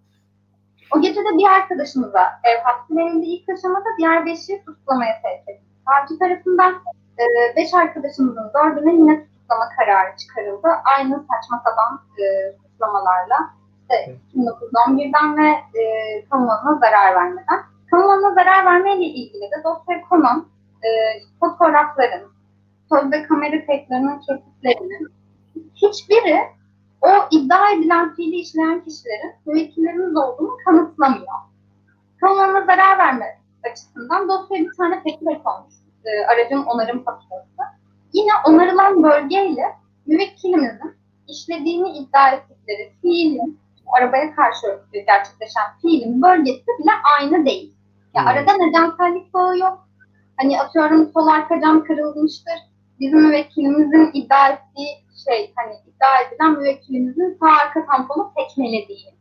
O gece de bir arkadaşımıza ev hapsi verildi ilk aşamada, diğer beşi tutuklamaya sevk edildi. Savcı tarafından e, beş arkadaşımızın dördüne yine tutuklama kararı çıkarıldı. Aynı saçma sapan e, suçlamalarla işte bin dokuz yüz on birden ve e, kamu malına zarar vermeden. Kamu malına zarar vermeyle ilgili de dosyaya konan e, fotoğrafların, sözde kamera kayıtlarının kesitlerinin hiçbiri o iddia edilen fiili işleyen kişilerin müvekkillerimiz olduğunu kanıtlamıyor. Kamuoyuna zarar verme açısından dosyaya bir tane petrol konmuş. E, aracın onarım faturası. Yine onarılan bölgeyle müvekkilimizin işlediğini iddia ettikleri fiilin, arabaya karşı gerçekleşen fiilin bölgesi bile aynı değil. Ya yani arada nedensellik bağı yok. Hani atıyorum sol arka cam kırılmıştır. Bizim müvekkilimizin iddia ettiği şey, hani iddia edilen müvekkilimizin sağ arka tamponu tekmelediği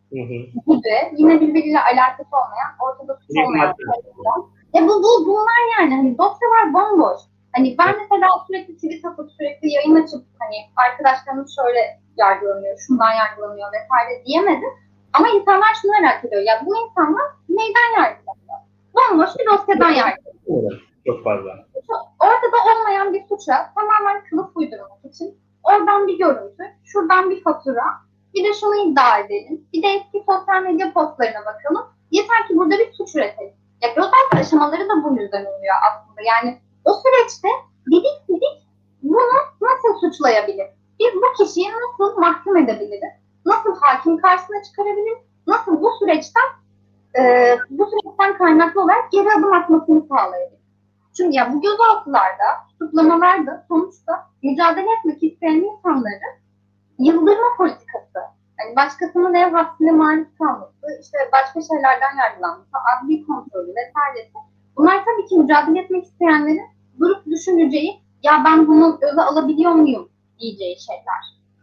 Hı hı. gibi yine birbiriyle alakası olmayan, ortada suç olmayan şeyler. E bu, bu bunlar yani hani dosyalar bomboş. Hani ben mesela sürekli tweet atıp sürekli yayın açıp hani arkadaşlarım şöyle yargılanıyor, şundan yargılanıyor vesaire diyemedim. Ama insanlar şunu merak ediyor. Ya bu insanlar neyden yargılanıyor? Bomboş bir dosyadan yargılanıyor. Çok fazla. Ortada olmayan bir suça tamamen kılıf uydurmak için oradan bir görüntü, şuradan bir fatura, bir de şunu iddia edelim, bir de eski sosyal medya postlarına bakalım. Yeter ki burada bir suç üretelim. Ya gözaltı aşamaları da bu yüzden oluyor aslında. Yani o süreçte didik didik bunu nasıl suçlayabilir? Biz bu kişiyi nasıl mahkum edebiliriz? Nasıl hakim karşısına çıkarabiliriz? Nasıl bu süreçten e, bu süreçten kaynaklı olarak geri adım atmasını sağlayabiliriz? Çünkü ya bu gözaltılarda, tutuklamalarda sonuçta mücadele etmek isteyen insanların yıldırma politikası, yani başkasının ev hapsine maruz kalması, işte başka şeylerden yargılanması, adli kontrolü vesairesi. Bunlar tabii ki mücadele etmek isteyenlerin durup düşüneceği, ya ben bunu göze alabiliyor muyum diyeceği şeyler.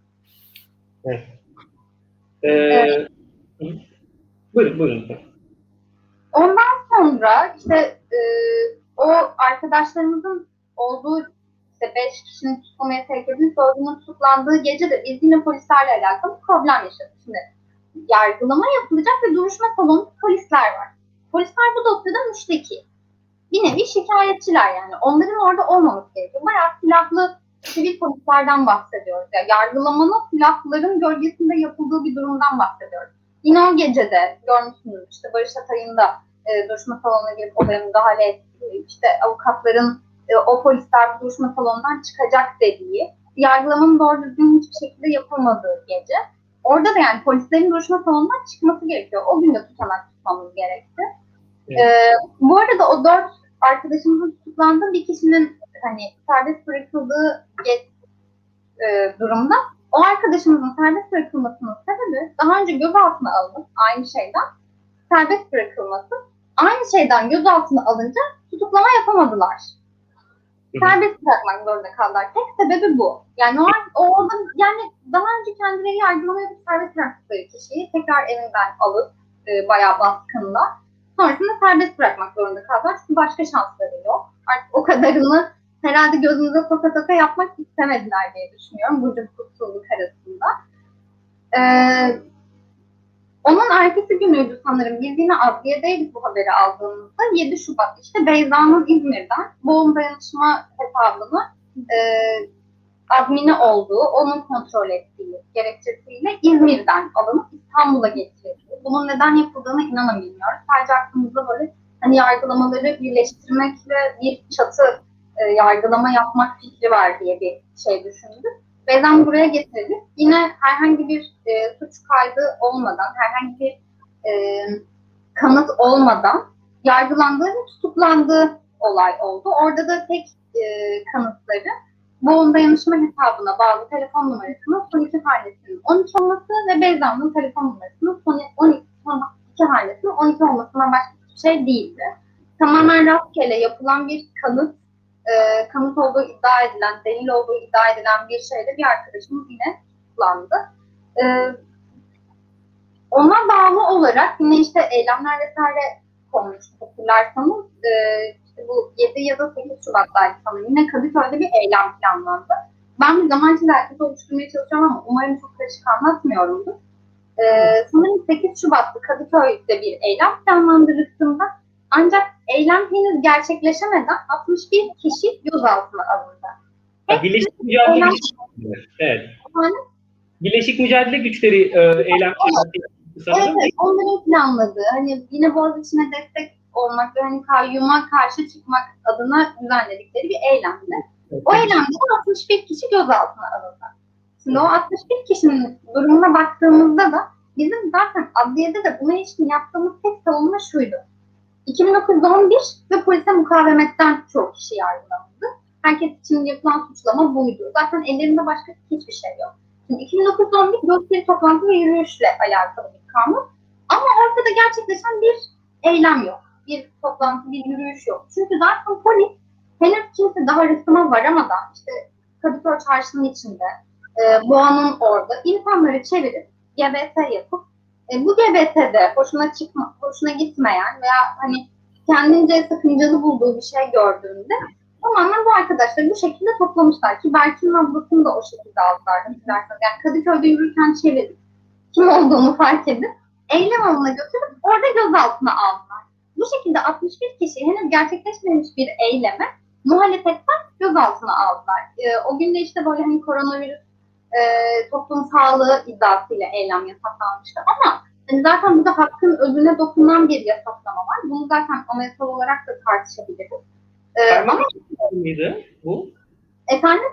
Evet. Ee, evet. Buyurun, buyurun. Ondan sonra işte e, o arkadaşlarımızın olduğu işte beş kişinin tutuklamaya sevk edilip dördünün tutuklandığı gece de biz yine polislerle alakalı problem yaşadık. Şimdi yargılama yapılacak ve duruşma salonunda polisler var. Polisler bu dosyada müşteki. Bir nevi şikayetçiler yani. Onların orada olmaması gerekiyor. Bayağı silahlı sivil polislerden bahsediyoruz. Yani yargılamanın silahların gölgesinde yapıldığı bir durumdan bahsediyoruz. Yine o gecede görmüşsünüz işte Barış Atay'ın da e, duruşma salonuna girip olaya müdahale ettiği, işte avukatların e, o polisler duruşma salonundan çıkacak dediği, yargılamanın doğru düzgün hiçbir şekilde yapılmadığı gece. Orada da yani polislerin duruşma salonundan çıkması gerekiyor. O gün de tutanak tutmamız gerekti. Evet. E, bu arada o dört arkadaşımızın tutuklandığı bir kişinin hani serbest bırakıldığı e, durumda o arkadaşımızın serbest bırakılmasının sebebi daha önce gözaltına alınıp aynı şeyden serbest bırakılması, aynı şeyden gözaltına alınca tutuklama yapamadılar. Serbest bırakmak zorunda kaldılar. Tek sebebi bu. Yani o, o orada yani daha önce kendileri yargılama yapıp serbest bıraktıkları kişiyi tekrar evinden alıp e, bayağı baskınla sonrasında serbest bırakmak zorunda kaldılar. Çünkü başka şansları yok. Artık o kadarını herhalde gözümüze soka soka yapmak istemediler diye düşünüyorum. Bu hukuksuzluk arasında. Ee, onun ertesi günüydü sanırım. Biz yine adliyedeydik bu haberi aldığımızda. yedi Şubat işte Beyza'nın İzmir'den boğum dayanışma hesabını e, admini olduğu, onun kontrol ettiği gerekçesiyle İzmir'den alınıp İstanbul'a getirildi. Bunun neden yapıldığını inanın bilmiyoruz. Sadece aklımızda böyle hani yargılamaları birleştirmekle bir çatı e, yargılama yapmak fikri var diye bir şey düşündük. Beyza'nı buraya getirdik. Yine herhangi bir e, suç kaydı olmadan, herhangi bir e, kanıt olmadan yargılandığı ve tutuklandığı olay oldu. Orada da tek e, kanıtları boğum dayanışma hesabına bağlı telefon numarasının son iki hanesinin on iki olması ve Beyza'nın telefon numarasının son iki hanesinin on iki olmasından başka hiçbir şey değildi. Tamamen rastgele yapılan bir kanıt, e, kanıt olduğu iddia edilen, delil olduğu iddia edilen bir şeyde bir arkadaşımız yine tutuklandı. E, ona bağlı olarak yine işte eylemler vesaire konmuştu. Hatırlarsanız e, işte bu yedi ya da sekiz Şubat'taydı sanırım. Yine Kadıköy'de bir eylem planlandı. Ben bir zaman içinde herkese oluşturmaya çalışıyorum ama umarım çok karışık anlatmıyorumdur. E, sanırım sekiz Şubat'ta Kadıköy'de bir eylem planlandırıldığında ancak eylem henüz gerçekleşemeden altmış bir kişi gözaltına alındı. Ha, Birleşik Mücadele eylem... Güçleri. Evet. Yani, Birleşik Mücadele Güçleri e, eylem evet. Evet, evet, onların planladığı, hani yine Boğaziçi'ne destek olmak ve hani kayyuma karşı çıkmak adına düzenledikleri bir eylemdi. Evet. O eylemde altmış bir kişi gözaltına alındı. Şimdi o altmış bir kişinin durumuna baktığımızda da bizim zaten adliyede de buna ilişkin yaptığımız tek savunma şuydu. iki bin dokuz yüz on bir ve polise mukavemetten çok kişi yargılandı. Herkes için yapılan suçlama buydu. Zaten ellerinde başka hiçbir şey yok. Şimdi iki bin dokuz yüz on bir gösteri, toplantı ve yürüyüşle alakalı bir kanun. Ama ortada gerçekleşen bir eylem yok. Bir toplantı, bir yürüyüş yok. Çünkü zaten polis henüz kimse daha rıhtıma varamadan işte Kadıköy Çarşı'nın içinde, e, Boğa'nın orada insanları çevirip G B T yapıp e, bu G B T'de hoşuna çıkma, hoşuna gitmeyen veya hani kendince sakıncalı bulduğu bir şey gördüğünde tamamen bu arkadaşları bu şekilde toplamışlar ki Berkin'in ablasını da o şekilde aldılar. Yani Kadıköy'de yürürken çevirip kim olduğunu fark edip eylem alanına götürüp orada gözaltına aldılar. Bu şekilde altmış bir kişi henüz gerçekleşmemiş bir eyleme muhalefetten gözaltına aldılar. E, o gün de işte böyle hani koronavirüs e, toplum sağlığı iddiasıyla eylem yasaklanmıştı ama yani zaten burada hakkın özüne dokunan bir yasaklama var. Bunu zaten anayasal olarak da tartışabiliriz. Ee, ama mıydı bu? Efendim?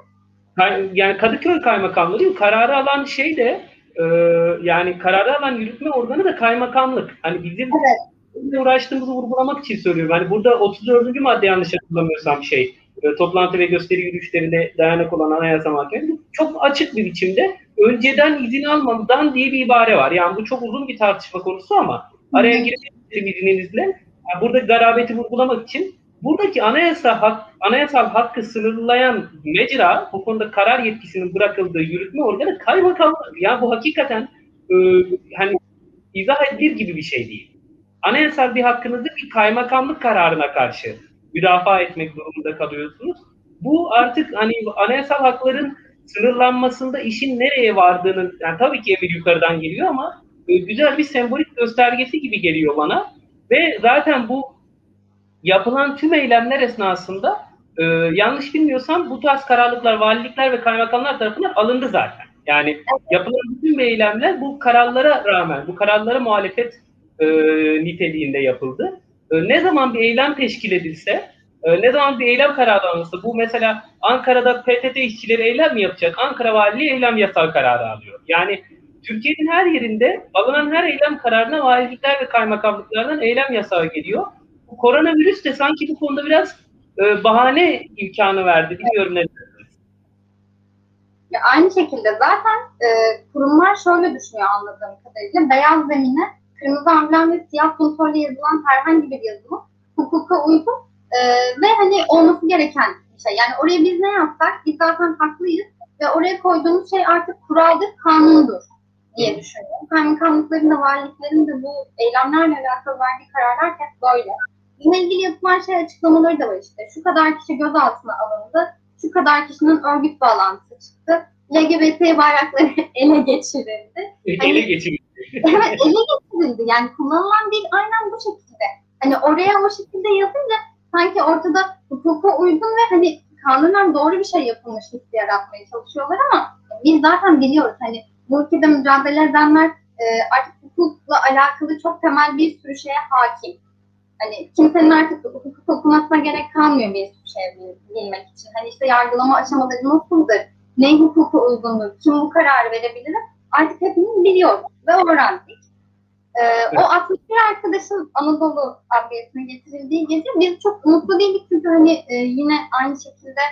Yani Kadıköy Kaymakamlığı kararı alan şey de e, yani kararı alan yürütme organı da kaymakamlık. Hani bizim evet. uğraştığımızı vurgulamak için söylüyorum. Hani burada otuz dördüncü madde yanlış hatırlamıyorsam şey e, toplantı ve gösteri yürüyüşlerine dayanak olan Anayasa Mahkemesi çok açık bir biçimde önceden izin almadan diye bir ibare var. Yani bu çok uzun bir tartışma konusu ama araya girelim izninizle. Yani burada garabeti vurgulamak için buradaki anayasa hak, anayasal hakkı sınırlayan mecra, bu konuda karar yetkisinin bırakıldığı yürütme organı kaymakamlık. Yani bu hakikaten e, hani izah edilir gibi bir şey değil. Anayasal bir hakkınızı bir kaymakamlık kararına karşı müdafaa etmek durumunda kalıyorsunuz. Bu artık hani anayasal hakların sınırlanmasında işin nereye vardığının, yani tabii ki emir yukarıdan geliyor ama e, güzel bir sembolik göstergesi gibi geliyor bana. Ve zaten bu yapılan tüm eylemler esnasında e, yanlış bilmiyorsam bu tarz kararlılıklar valilikler ve kaymakamlar tarafından alındı zaten. Yani yapılan bütün eylemler bu kararlara rağmen, bu kararlara muhalefet e, niteliğinde yapıldı. E, ne zaman bir eylem teşkil edilse, e, ne zaman bir eylem kararı alınsa, bu mesela Ankara'da P T T işçileri eylem mi yapacak? Ankara Valiliği eylem yasağı kararı alıyor. Yani Türkiye'nin her yerinde alınan her eylem kararına valilikler ve kaymakamlıklardan eylem yasağı geliyor. Bu koronavirüs de sanki bu konuda biraz e, bahane imkanı verdi. Bilmiyorum ne diyorsunuz? Ya aynı şekilde zaten e, kurumlar şöyle düşünüyor anladığım kadarıyla. Beyaz zemine kırmızı amblem ve siyah puntoyla yazılan herhangi bir yazımı hukuka uygun e, ve hani olması gereken bir şey. Yani oraya biz ne yapsak biz zaten haklıyız ve oraya koyduğumuz şey artık kuraldır, kanundur diye düşünüyorum. Kaymakamlıkların da valiliklerin de bu eylemlerle alakalı verdiği kararlar hep böyle. Bununla ilgili yapılan şey açıklamaları da var işte. Şu kadar kişi gözaltına alındı, şu kadar kişinin örgüt bağlantısı çıktı. L G B T bayrakları ele geçirildi. Ele hani, geçirildi. Evet, ele geçirildi. Yani kullanılan dil aynen bu şekilde. Hani oraya o şekilde yazınca sanki ortada hukuka uygun ve hani kanunen doğru bir şey yapılmış hissi yaratmaya çalışıyorlar ama biz zaten biliyoruz. Hani bu ülkede mücadele edenler e, artık hukukla alakalı çok temel bir sürü şeye hakim. Hani kimsenin artık hukuk okumasına gerek kalmıyor bir sürü şey bilmek için. Hani işte yargılama aşamaları nasıldır, ne hukuka uygundur, kim bu kararı verebilir artık hepimiz biliyoruz ve öğrendik. Ee, evet. O altmış bir arkadaşın Anadolu Adliyesi'ne getirildiği gece biz çok mutlu değildik çünkü hani e, yine aynı şekilde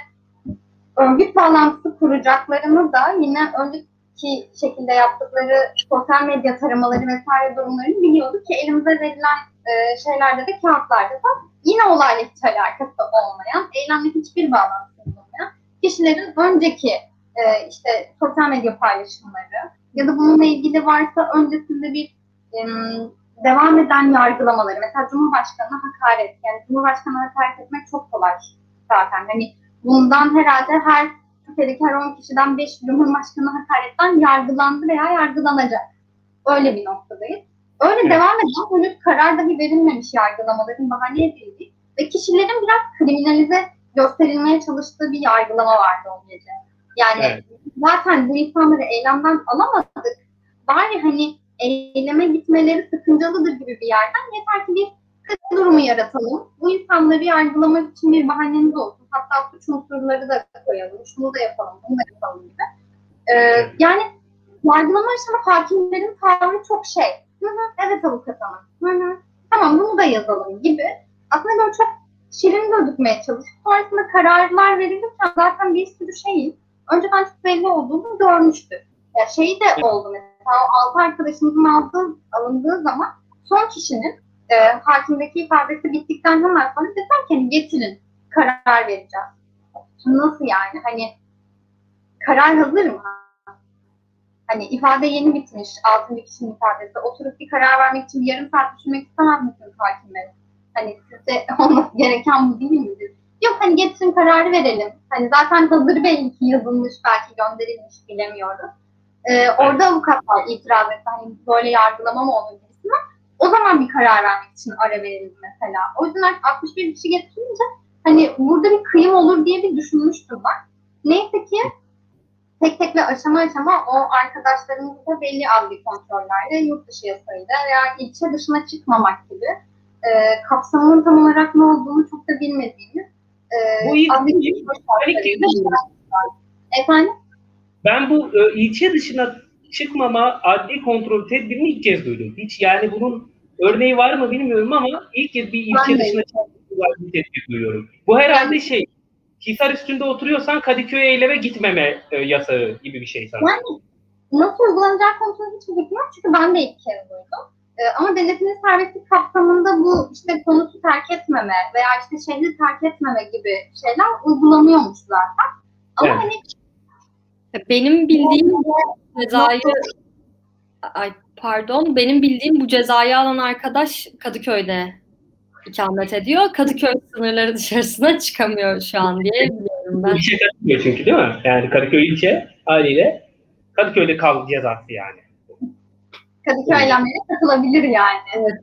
örgüt bağlantısı kuracaklarını da yine önceki şekilde yaptıkları sosyal medya taramaları vesaire durumlarını biliyorduk ki elimize verilen e, şeylerde de kağıtlarda da yine olayla hiç alakası olmayan, eylemle hiçbir bağlantısı olmayan kişilerin önceki e, işte sosyal medya paylaşımları ya da bununla ilgili varsa öncesinde bir e, devam eden yargılamaları. Mesela Cumhurbaşkanı'na hakaret. Yani Cumhurbaşkanı'na hakaret etmek çok kolay zaten. Hani bundan herhalde her Türkiye'deki her on kişiden beş Cumhurbaşkanı hakaretten yargılandı veya yargılanacak. Öyle bir noktadayız. Öyle evet. Devam eden henüz karar dahi verilmemiş yargılamaların bahane edildiği ve kişilerin biraz kriminalize gösterilmeye çalıştığı bir yargılama vardı o gece. Yani evet. Zaten bu insanları eylemden alamadık. Bari hani eyleme gitmeleri sakıncalıdır gibi bir yerden yeter ki bir durumu yaratalım. Bu insanları yargılamak için bir bahanemiz olsun. Hatta suç unsurları da koyalım. Şunu da yapalım, bunu da yapalım gibi. Ee, evet. Yani yargılama aşaması hakimlerin tavrı çok şey. Hı hı, evet avukat hanım. Hı hı, tamam bunu da yazalım gibi. Aslında böyle çok şirin gözükmeye çalışıp sonrasında kararlar verilirken zaten bir sürü şeyin önceden çok belli olduğunu görmüştük. Ya şey de oldu mesela o altı arkadaşımızın aldığı, alındığı zaman son kişinin e, hakimdeki ifadesi bittikten hemen sonra dediler ki getirin karar vereceğiz. Nasıl yani? Hani karar hazır mı? Hani ifade yeni bitmiş, altın bir kişinin ifadesi. Oturup bir karar vermek için bir yarım saat düşünmek istemez misiniz hakimler? Hani sizce olması gereken bu değil midir? Yok hani getirin kararı verelim. Hani zaten hazır belki yazılmış, belki gönderilmiş bilemiyoruz. Ee, orada avukatlar itiraz etti. Hani böyle yargılama mı olur gibisinden. O zaman bir karar vermek için ara verildi mesela. O yüzden altmış bir kişi getirince hani burada bir kıyım olur diye bir düşünmüştüm ben. Neyse ki tek tek ve aşama aşama o arkadaşlarımızla belli adli kontrollerle yurt dışı yasayla veya ilçe dışına çıkmamak gibi e, kapsamının tam olarak ne olduğunu çok da bilmediğimiz e, bu ilk, adli ilk, kontrollerle efendim? Ben bu e, ilçe dışına çıkmama adli kontrol tedbirini ilk kez duydum. Hiç yani bunun örneği var mı bilmiyorum ama ilk kez bir ilçe Ben dışına çıkma bir tedbir duyuyorum. Bu herhalde yani, şey, Hisar üstünde oturuyorsan Kadıköy'e eyleme gitmeme e, yasağı gibi bir şey sanırım. Yani nasıl uygulanacağı konusunda hiçbir fikrim yok çünkü ben de ilk kez duydum. Ee, ama denetimli serbestlik kapsamında bu işte konutu terk etmeme veya işte şehri terk etmeme gibi şeyler uygulanıyormuş zaten. Ama evet. hani benim bildiğim cezayı ay pardon benim bildiğim bu cezayı alan arkadaş Kadıköy'de ikamet ediyor. Kadıköy sınırları dışarısına çıkamıyor şu an diye biliyorum ben. İlçe Kadıköy çünkü değil mi? Yani Kadıköy ilçe haliyle Kadıköy'de kal cezası yani. Kadıköy eylemlerine katılabilir yani. Evet.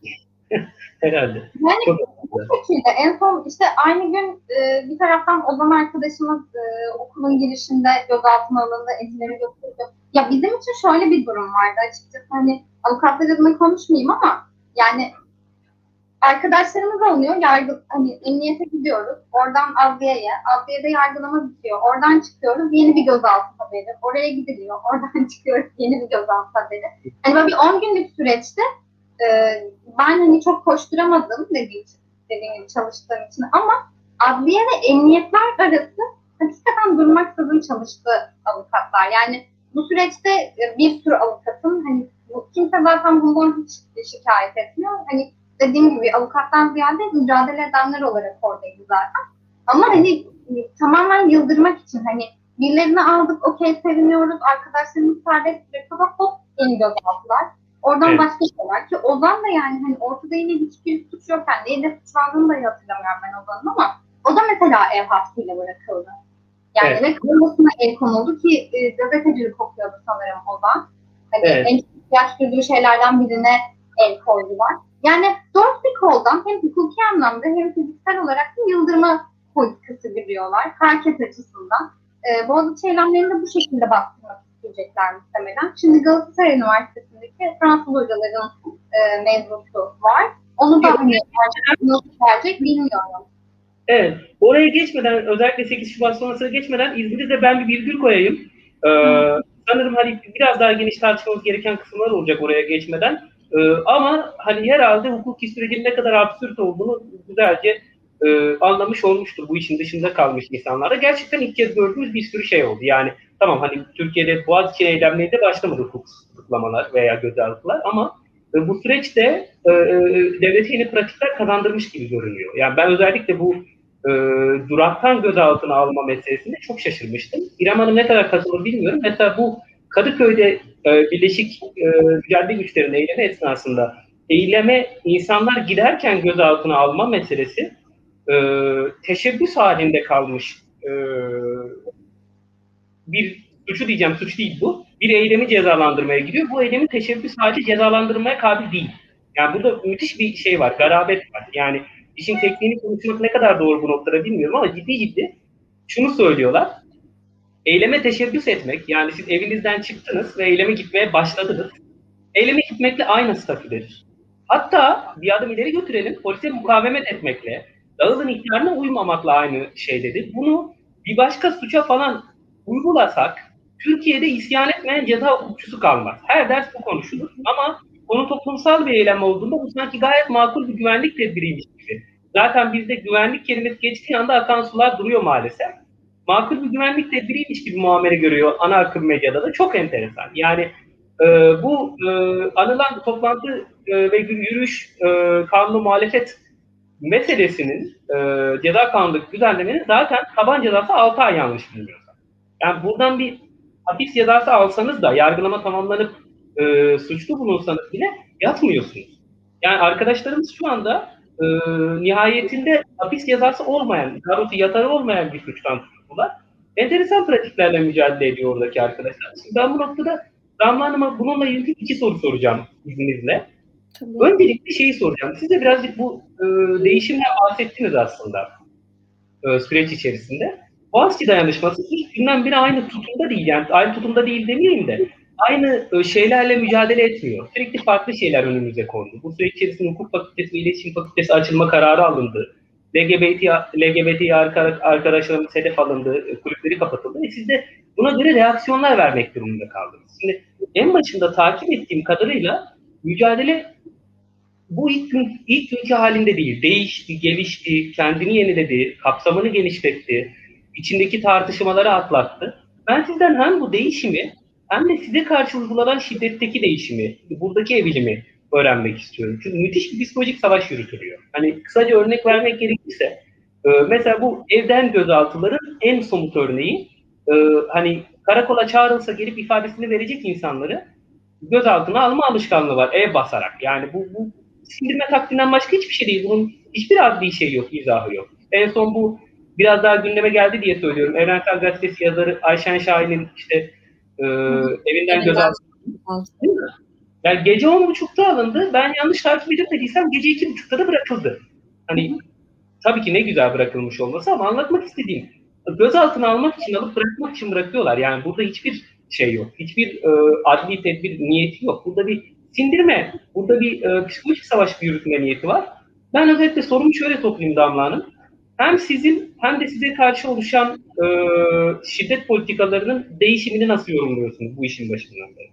Herhalde. Yani çok bu şekilde en son işte aynı gün e, bir taraftan Ozan arkadaşımız e, okulun girişinde gözaltına alındı, elleri götürdü. Ya bizim için şöyle bir durum vardı açıkçası hani avukatlar adına konuşmayayım ama yani arkadaşlarımız alınıyor, yargı, hani emniyete gidiyoruz, oradan adliyeye, adliyede yargılama bitiyor, oradan çıkıyoruz, yeni bir gözaltı haberi, oraya gidiliyor, oradan çıkıyoruz, yeni bir gözaltı haberi. Hani böyle bir on günlük süreçte e, ben hani çok koşturamadım dediğim, dediğim gibi çalıştığım için ama adliye ve emniyetler arası hakikaten durmaksızın çalıştı avukatlar. Yani bu süreçte bir sürü avukatın hani kimse zaten bundan hiç şikayet etmiyor. Hani dediğim gibi avukattan ziyade mücadele edenler olarak oradaydı zaten. Ama hani tamamen yıldırmak için hani birilerini aldık, okey seviniyoruz, arkadaşlarımız serbest bırakıyor, hop yeni gözaltılar. Oradan evet. Başka şeyler ki Ozan da yani hani ortada yine hiçbir suç yokken neyle suçlandığını da hatırlamıyorum ben Ozan'ın ama o da mesela ev hapsiyle bırakıldı. Yani evet. Ve kamuosuna el konuldu ki e, gazetecilik okuyordu sanırım Ozan. Hani evet. En ihtiyaç duyduğu şeylerden birine el koydular. Yani dört bir koldan hem hukuki anlamda hem fiziksel olarak da yıldırma politikası gidiyorlar. Herkes açısından. E, Boğaziçi eylemlerini de bu şekilde bastırmak isteyecekler muhtemelen. Şimdi Galatasaray Üniversitesi'ndeki Fransız hocaların e, mevzusu var. Onu da hani nasıl verecek bilmiyorum. Evet. Oraya geçmeden, özellikle sekiz Şubat sonrasına geçmeden İzmir'de ben bir virgül koyayım. Ee, sanırım hani biraz daha geniş tartışmamız gereken kısımlar olacak oraya geçmeden. Ee, ama hani herhalde hukuki sürecin ne kadar absürt olduğunu güzelce e, anlamış olmuştur bu işin dışında kalmış insanlarda. Gerçekten ilk kez gördüğümüz bir sürü şey oldu. Yani tamam hani Türkiye'de Boğaziçi eylemlerinde başlamadı hukuk tutuklamalar veya gözaltılar ama e, bu süreçte e, devlete yeni pratikler kazandırmış gibi görünüyor. Yani ben özellikle bu e, duraktan gözaltına alma meselesinde çok şaşırmıştım. İrem Hanım ne kadar katılır bilmiyorum. Mesela bu Kadıköy'de e, Birleşik e, Mücadele Güçlerinin eylemi esnasında eyleme insanlar giderken gözaltına alma meselesi e, teşebbüs halinde kalmış e, bir suçu diyeceğim, suç değil bu. Bir eylemi cezalandırmaya gidiyor. Bu eylemin teşebbüs hali cezalandırmaya kabil değil. Yani burada müthiş bir şey var, garabet var. Yani işin tekniğini konuşmak ne kadar doğru bu noktada bilmiyorum ama ciddi ciddi şunu söylüyorlar. Eyleme teşebbüs etmek, yani siz evinizden çıktınız ve eyleme gitmeye başladınız. Eyleme gitmekle aynı statüdedir. Hatta bir adım ileri götürelim, polise mukavemet etmekle, dağılın ihtarına uymamakla aynı şeydedir. Bunu bir başka suça falan uygulasak, Türkiye'de isyan etmeyen ceza hukukçusu kalmaz. Her ders bu konuşulur. Ama konu toplumsal bir eylem olduğunda bu sanki gayet makul bir güvenlik tedbiriymiş gibi. Zaten bizde güvenlik kelimesi geçtiği anda akan sular duruyor maalesef. Makul bir güvenlik tedbiriymiş gibi muamele görüyor ana akım medyada da. Çok enteresan. Yani e, bu e, anılan toplantı e, ve yürüyüş e, kanunu muhalefet meselesinin e, ceza kanundaki düzenlemenin zaten taban cezası altı ay yanlış bilmiyorsam. Yani buradan bir hapis cezası alsanız da, yargılama tamamlanıp e, suçlu bulunsanız bile yatmıyorsunuz. Yani arkadaşlarımız şu anda e, nihayetinde hapis cezası olmayan, daha doğrusu yatarı olmayan bir suçtan tutuklular. Enteresan pratiklerle mücadele ediyor oradaki arkadaşlar. Şimdi ben bu noktada Damla Hanım'a bununla ilgili iki soru soracağım izninizle. Tabii. Öncelikle şeyi soracağım. Siz de birazcık bu e, değişimle bahsettiniz aslında e, süreç içerisinde. Boğaziçi Dayanışması ilk günden beri aynı tutumda değil. Yani aynı tutumda değil demeyeyim de aynı e, şeylerle mücadele etmiyor. Sürekli farklı şeyler önümüze kondu. Bu süreç içerisinde hukuk fakültesi ve iletişim fakültesi açılma kararı alındı. L G B T, L G B T arkadaşlarımız hedef alındı, kulüpleri kapatıldı ve siz de buna göre reaksiyonlar vermek durumunda kaldınız. Şimdi en başında takip ettiğim kadarıyla mücadele bu ilk gün, ilk günkü halinde değil. Değişti, gelişti, kendini yeniledi, kapsamını genişletti, içindeki tartışmaları atlattı. Ben sizden hem bu değişimi hem de size karşı uygulanan şiddetteki değişimi, buradaki evilimi öğrenmek istiyorum. Çünkü müthiş bir psikolojik savaş yürütülüyor. Hani kısaca örnek vermek gerekirse, mesela bu evden gözaltıların en somut örneği, hani karakola çağrılsa gelip ifadesini verecek insanları gözaltına alma alışkanlığı var ev basarak. Yani bu, bu sindirme taktiğinden başka hiçbir şey değil. Bunun hiçbir adli şey yok, izahı yok. En son bu biraz daha gündeme geldi diye söylüyorum. Evrensel Gazetesi yazarı Ayşen Şahin'in işte e, evinden gözaltı. Değil mi? Yani gece on buçukta alındı. Ben yanlış takip edemediysem gece iki buçukta da bırakıldı. Hani tabii ki ne güzel bırakılmış olması ama anlatmak istediğim, gözaltına almak için, alıp bırakmak için bırakıyorlar. Yani burada hiçbir şey yok. Hiçbir e, adli tedbir niyeti yok. Burada bir sindirme, burada bir e, psikolojik savaş bir yürütme niyeti var. Ben özellikle sorumu şöyle toplayayım Damla Hanım. Hem sizin hem de size karşı oluşan e, şiddet politikalarının değişimini nasıl yorumluyorsunuz bu işin başından beri?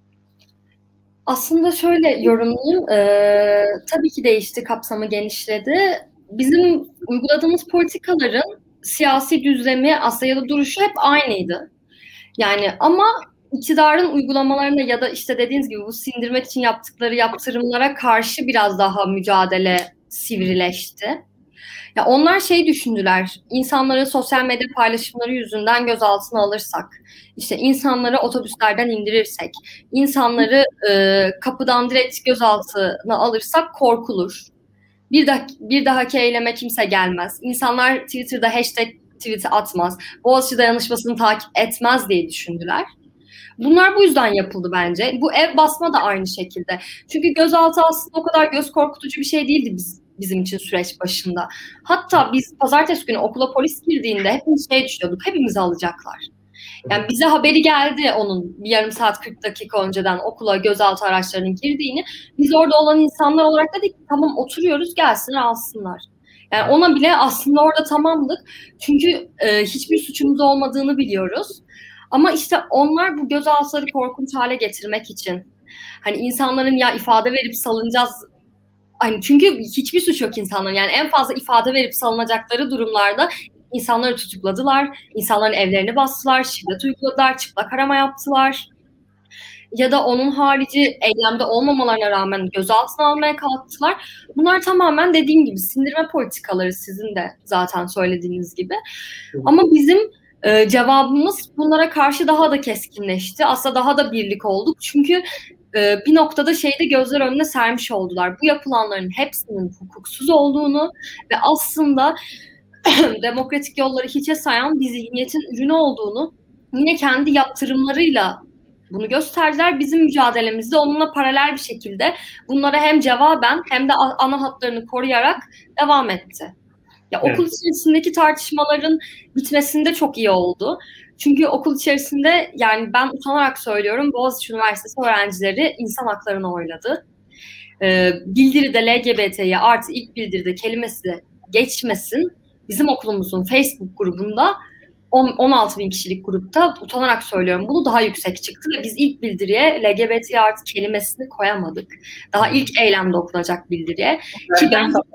Aslında şöyle yorumlayayım. Ee, tabii ki değişti, kapsamı genişledi. Bizim uyguladığımız politikaların siyasi düzlemi aslında ya da duruşu hep aynıydı. Yani ama iktidarın uygulamalarına ya da işte dediğiniz gibi bu sindirmek için yaptıkları yaptırımlara karşı biraz daha mücadele sivrileşti. Ya onlar şey düşündüler, insanları sosyal medya paylaşımları yüzünden gözaltına alırsak, işte insanları otobüslerden indirirsek, insanları e, kapıdan direkt gözaltına alırsak korkulur. Bir, da, bir dahaki eyleme kimse gelmez. İnsanlar Twitter'da hashtag tweet'i atmaz. Boğaziçi Dayanışması'nı takip etmez diye düşündüler. Bunlar bu yüzden yapıldı bence. Bu ev basma da aynı şekilde. Çünkü gözaltı aslında o kadar göz korkutucu bir şey değildi biz, bizim için süreç başında. Hatta biz pazartesi günü okula polis girdiğinde hepimiz şey düşünüyorduk, hepimizi alacaklar. Yani bize haberi geldi onun bir yarım saat kırk dakika önceden okula gözaltı araçlarının girdiğini. Biz orada olan insanlar olarak dedik tamam oturuyoruz gelsin alsınlar. Yani ona bile aslında orada tamamdık. Çünkü e, hiçbir suçumuz olmadığını biliyoruz. Ama işte onlar bu gözaltıları korkunç hale getirmek için hani insanların ya ifade verip salınacağız hani çünkü hiçbir suç yok insanların yani en fazla ifade verip salınacakları durumlarda insanları tutukladılar, insanların evlerini bastılar, şiddet uyguladılar, çıplak arama yaptılar. Ya da onun harici eylemde olmamalarına rağmen gözaltına almaya kalktılar. Bunlar tamamen dediğim gibi sindirme politikaları sizin de zaten söylediğiniz gibi. Ama bizim e, cevabımız bunlara karşı daha da keskinleşti. Aslında daha da birlik olduk. Çünkü e, bir noktada şeyde gözler önüne sermiş oldular. Bu yapılanların hepsinin hukuksuz olduğunu ve aslında demokratik yolları hiçe sayan bir zihniyetin ürünü olduğunu yine kendi yaptırımlarıyla bunu gösterdiler. Bizim mücadelemizde onunla paralel bir şekilde bunlara hem cevaben hem de ana hatlarını koruyarak devam etti. Ya evet. Okul içerisindeki tartışmaların bitmesinde çok iyi oldu. Çünkü okul içerisinde yani ben utanarak söylüyorum Boğaziçi Üniversitesi öğrencileri insan haklarına oyladı. Ee, bildiride L G B T'ye artı ilk bildiride kelimesi de geçmesin. Bizim okulumuzun Facebook grubunda on altı bin kişilik grupta utanarak söylüyorum bunu daha yüksek çıktı ve biz ilk bildiriye L G B T artı kelimesini koyamadık. Daha ilk eylemde okunacak bildiriye. Ki ben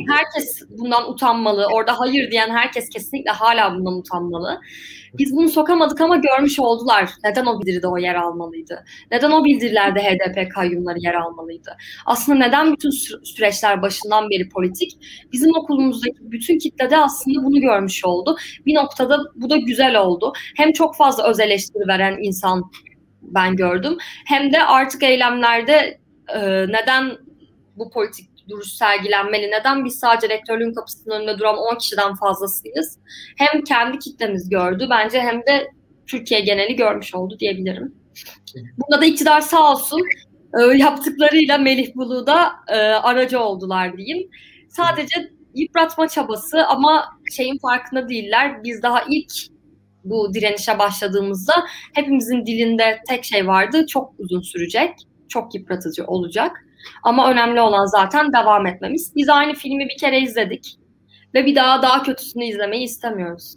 herkes bundan utanmalı. Orada hayır diyen herkes kesinlikle hala bundan utanmalı. Biz bunu sokamadık ama görmüş oldular. Neden o bildiride o yer almalıydı? Neden o bildirilerde H D P kayyumları yer almalıydı? Aslında neden bütün sü- süreçler başından beri politik? Bizim okulumuzdaki bütün kitlede aslında bunu görmüş oldu. Bir noktada bu da güzel oldu. Hem çok fazla öz eleştiri veren insan ben gördüm. Hem de artık eylemlerde e, neden bu politik duruş sergilenmeli? Neden biz sadece rektörlüğün kapısının önünde duran on kişiden fazlasıyız? Hem kendi kitlemiz gördü bence hem de Türkiye geneli görmüş oldu diyebilirim. Bunda da iktidar sağ olsun e, yaptıklarıyla Melih Bulu'da e, aracı oldular diyeyim. Sadece yıpratma çabası ama şeyin farkında değiller. Biz daha ilk bu direnişe başladığımızda hepimizin dilinde tek şey vardı. Çok uzun sürecek, çok yıpratıcı olacak. Ama önemli olan zaten devam etmemiz. Biz aynı filmi bir kere izledik ve bir daha daha kötüsünü izlemeyi istemiyoruz.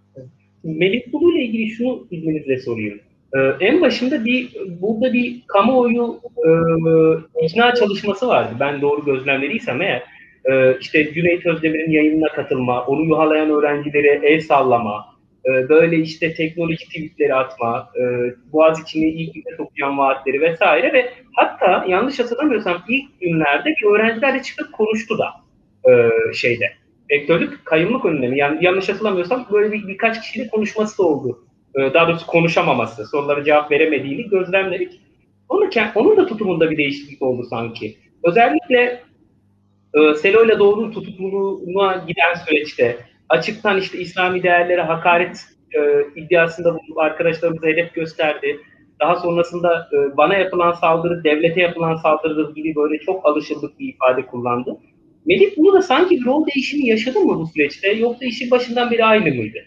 Melih Bulu ile ilgili şunu izninizle sorayım. Ee, en başında bir burada bir kamuoyu e, ikna çalışması vardı. Ben doğru gözlemlediysem eğer. E, işte Cüneyt Özdemir'in yayınına katılma, onu yuhalayan öğrencilere el sallama, e, böyle işte teknoloji tweetleri atma, e, Boğaziçi'ni ilk güne sokacağım vaatleri vesaire ve hatta yanlış hatırlamıyorsam ilk günlerde bir öğrencilerle çıkıp konuştu da e, şeyde. Rektörlük kayyumluk önünde mi? Yani yanlış hatırlamıyorsam böyle bir, birkaç kişiyle konuşması da oldu. Ee, daha doğrusu konuşamaması, sorulara cevap veremediğini gözlemledik. Onun, onun da tutumunda bir değişiklik oldu sanki. Özellikle e, Selo ile Doğru'nun tutukluluğuna giden süreçte açıktan işte İslami değerlere hakaret e, iddiasında bulunup arkadaşlarımıza hedef gösterdi. Daha sonrasında e, bana yapılan saldırı, devlete yapılan saldırıdır gibi böyle çok alışıldık bir ifade kullandı. Melih bunu da sanki bir rol değişimi yaşadı mı bu süreçte yoksa işin başından beri aynı mıydı?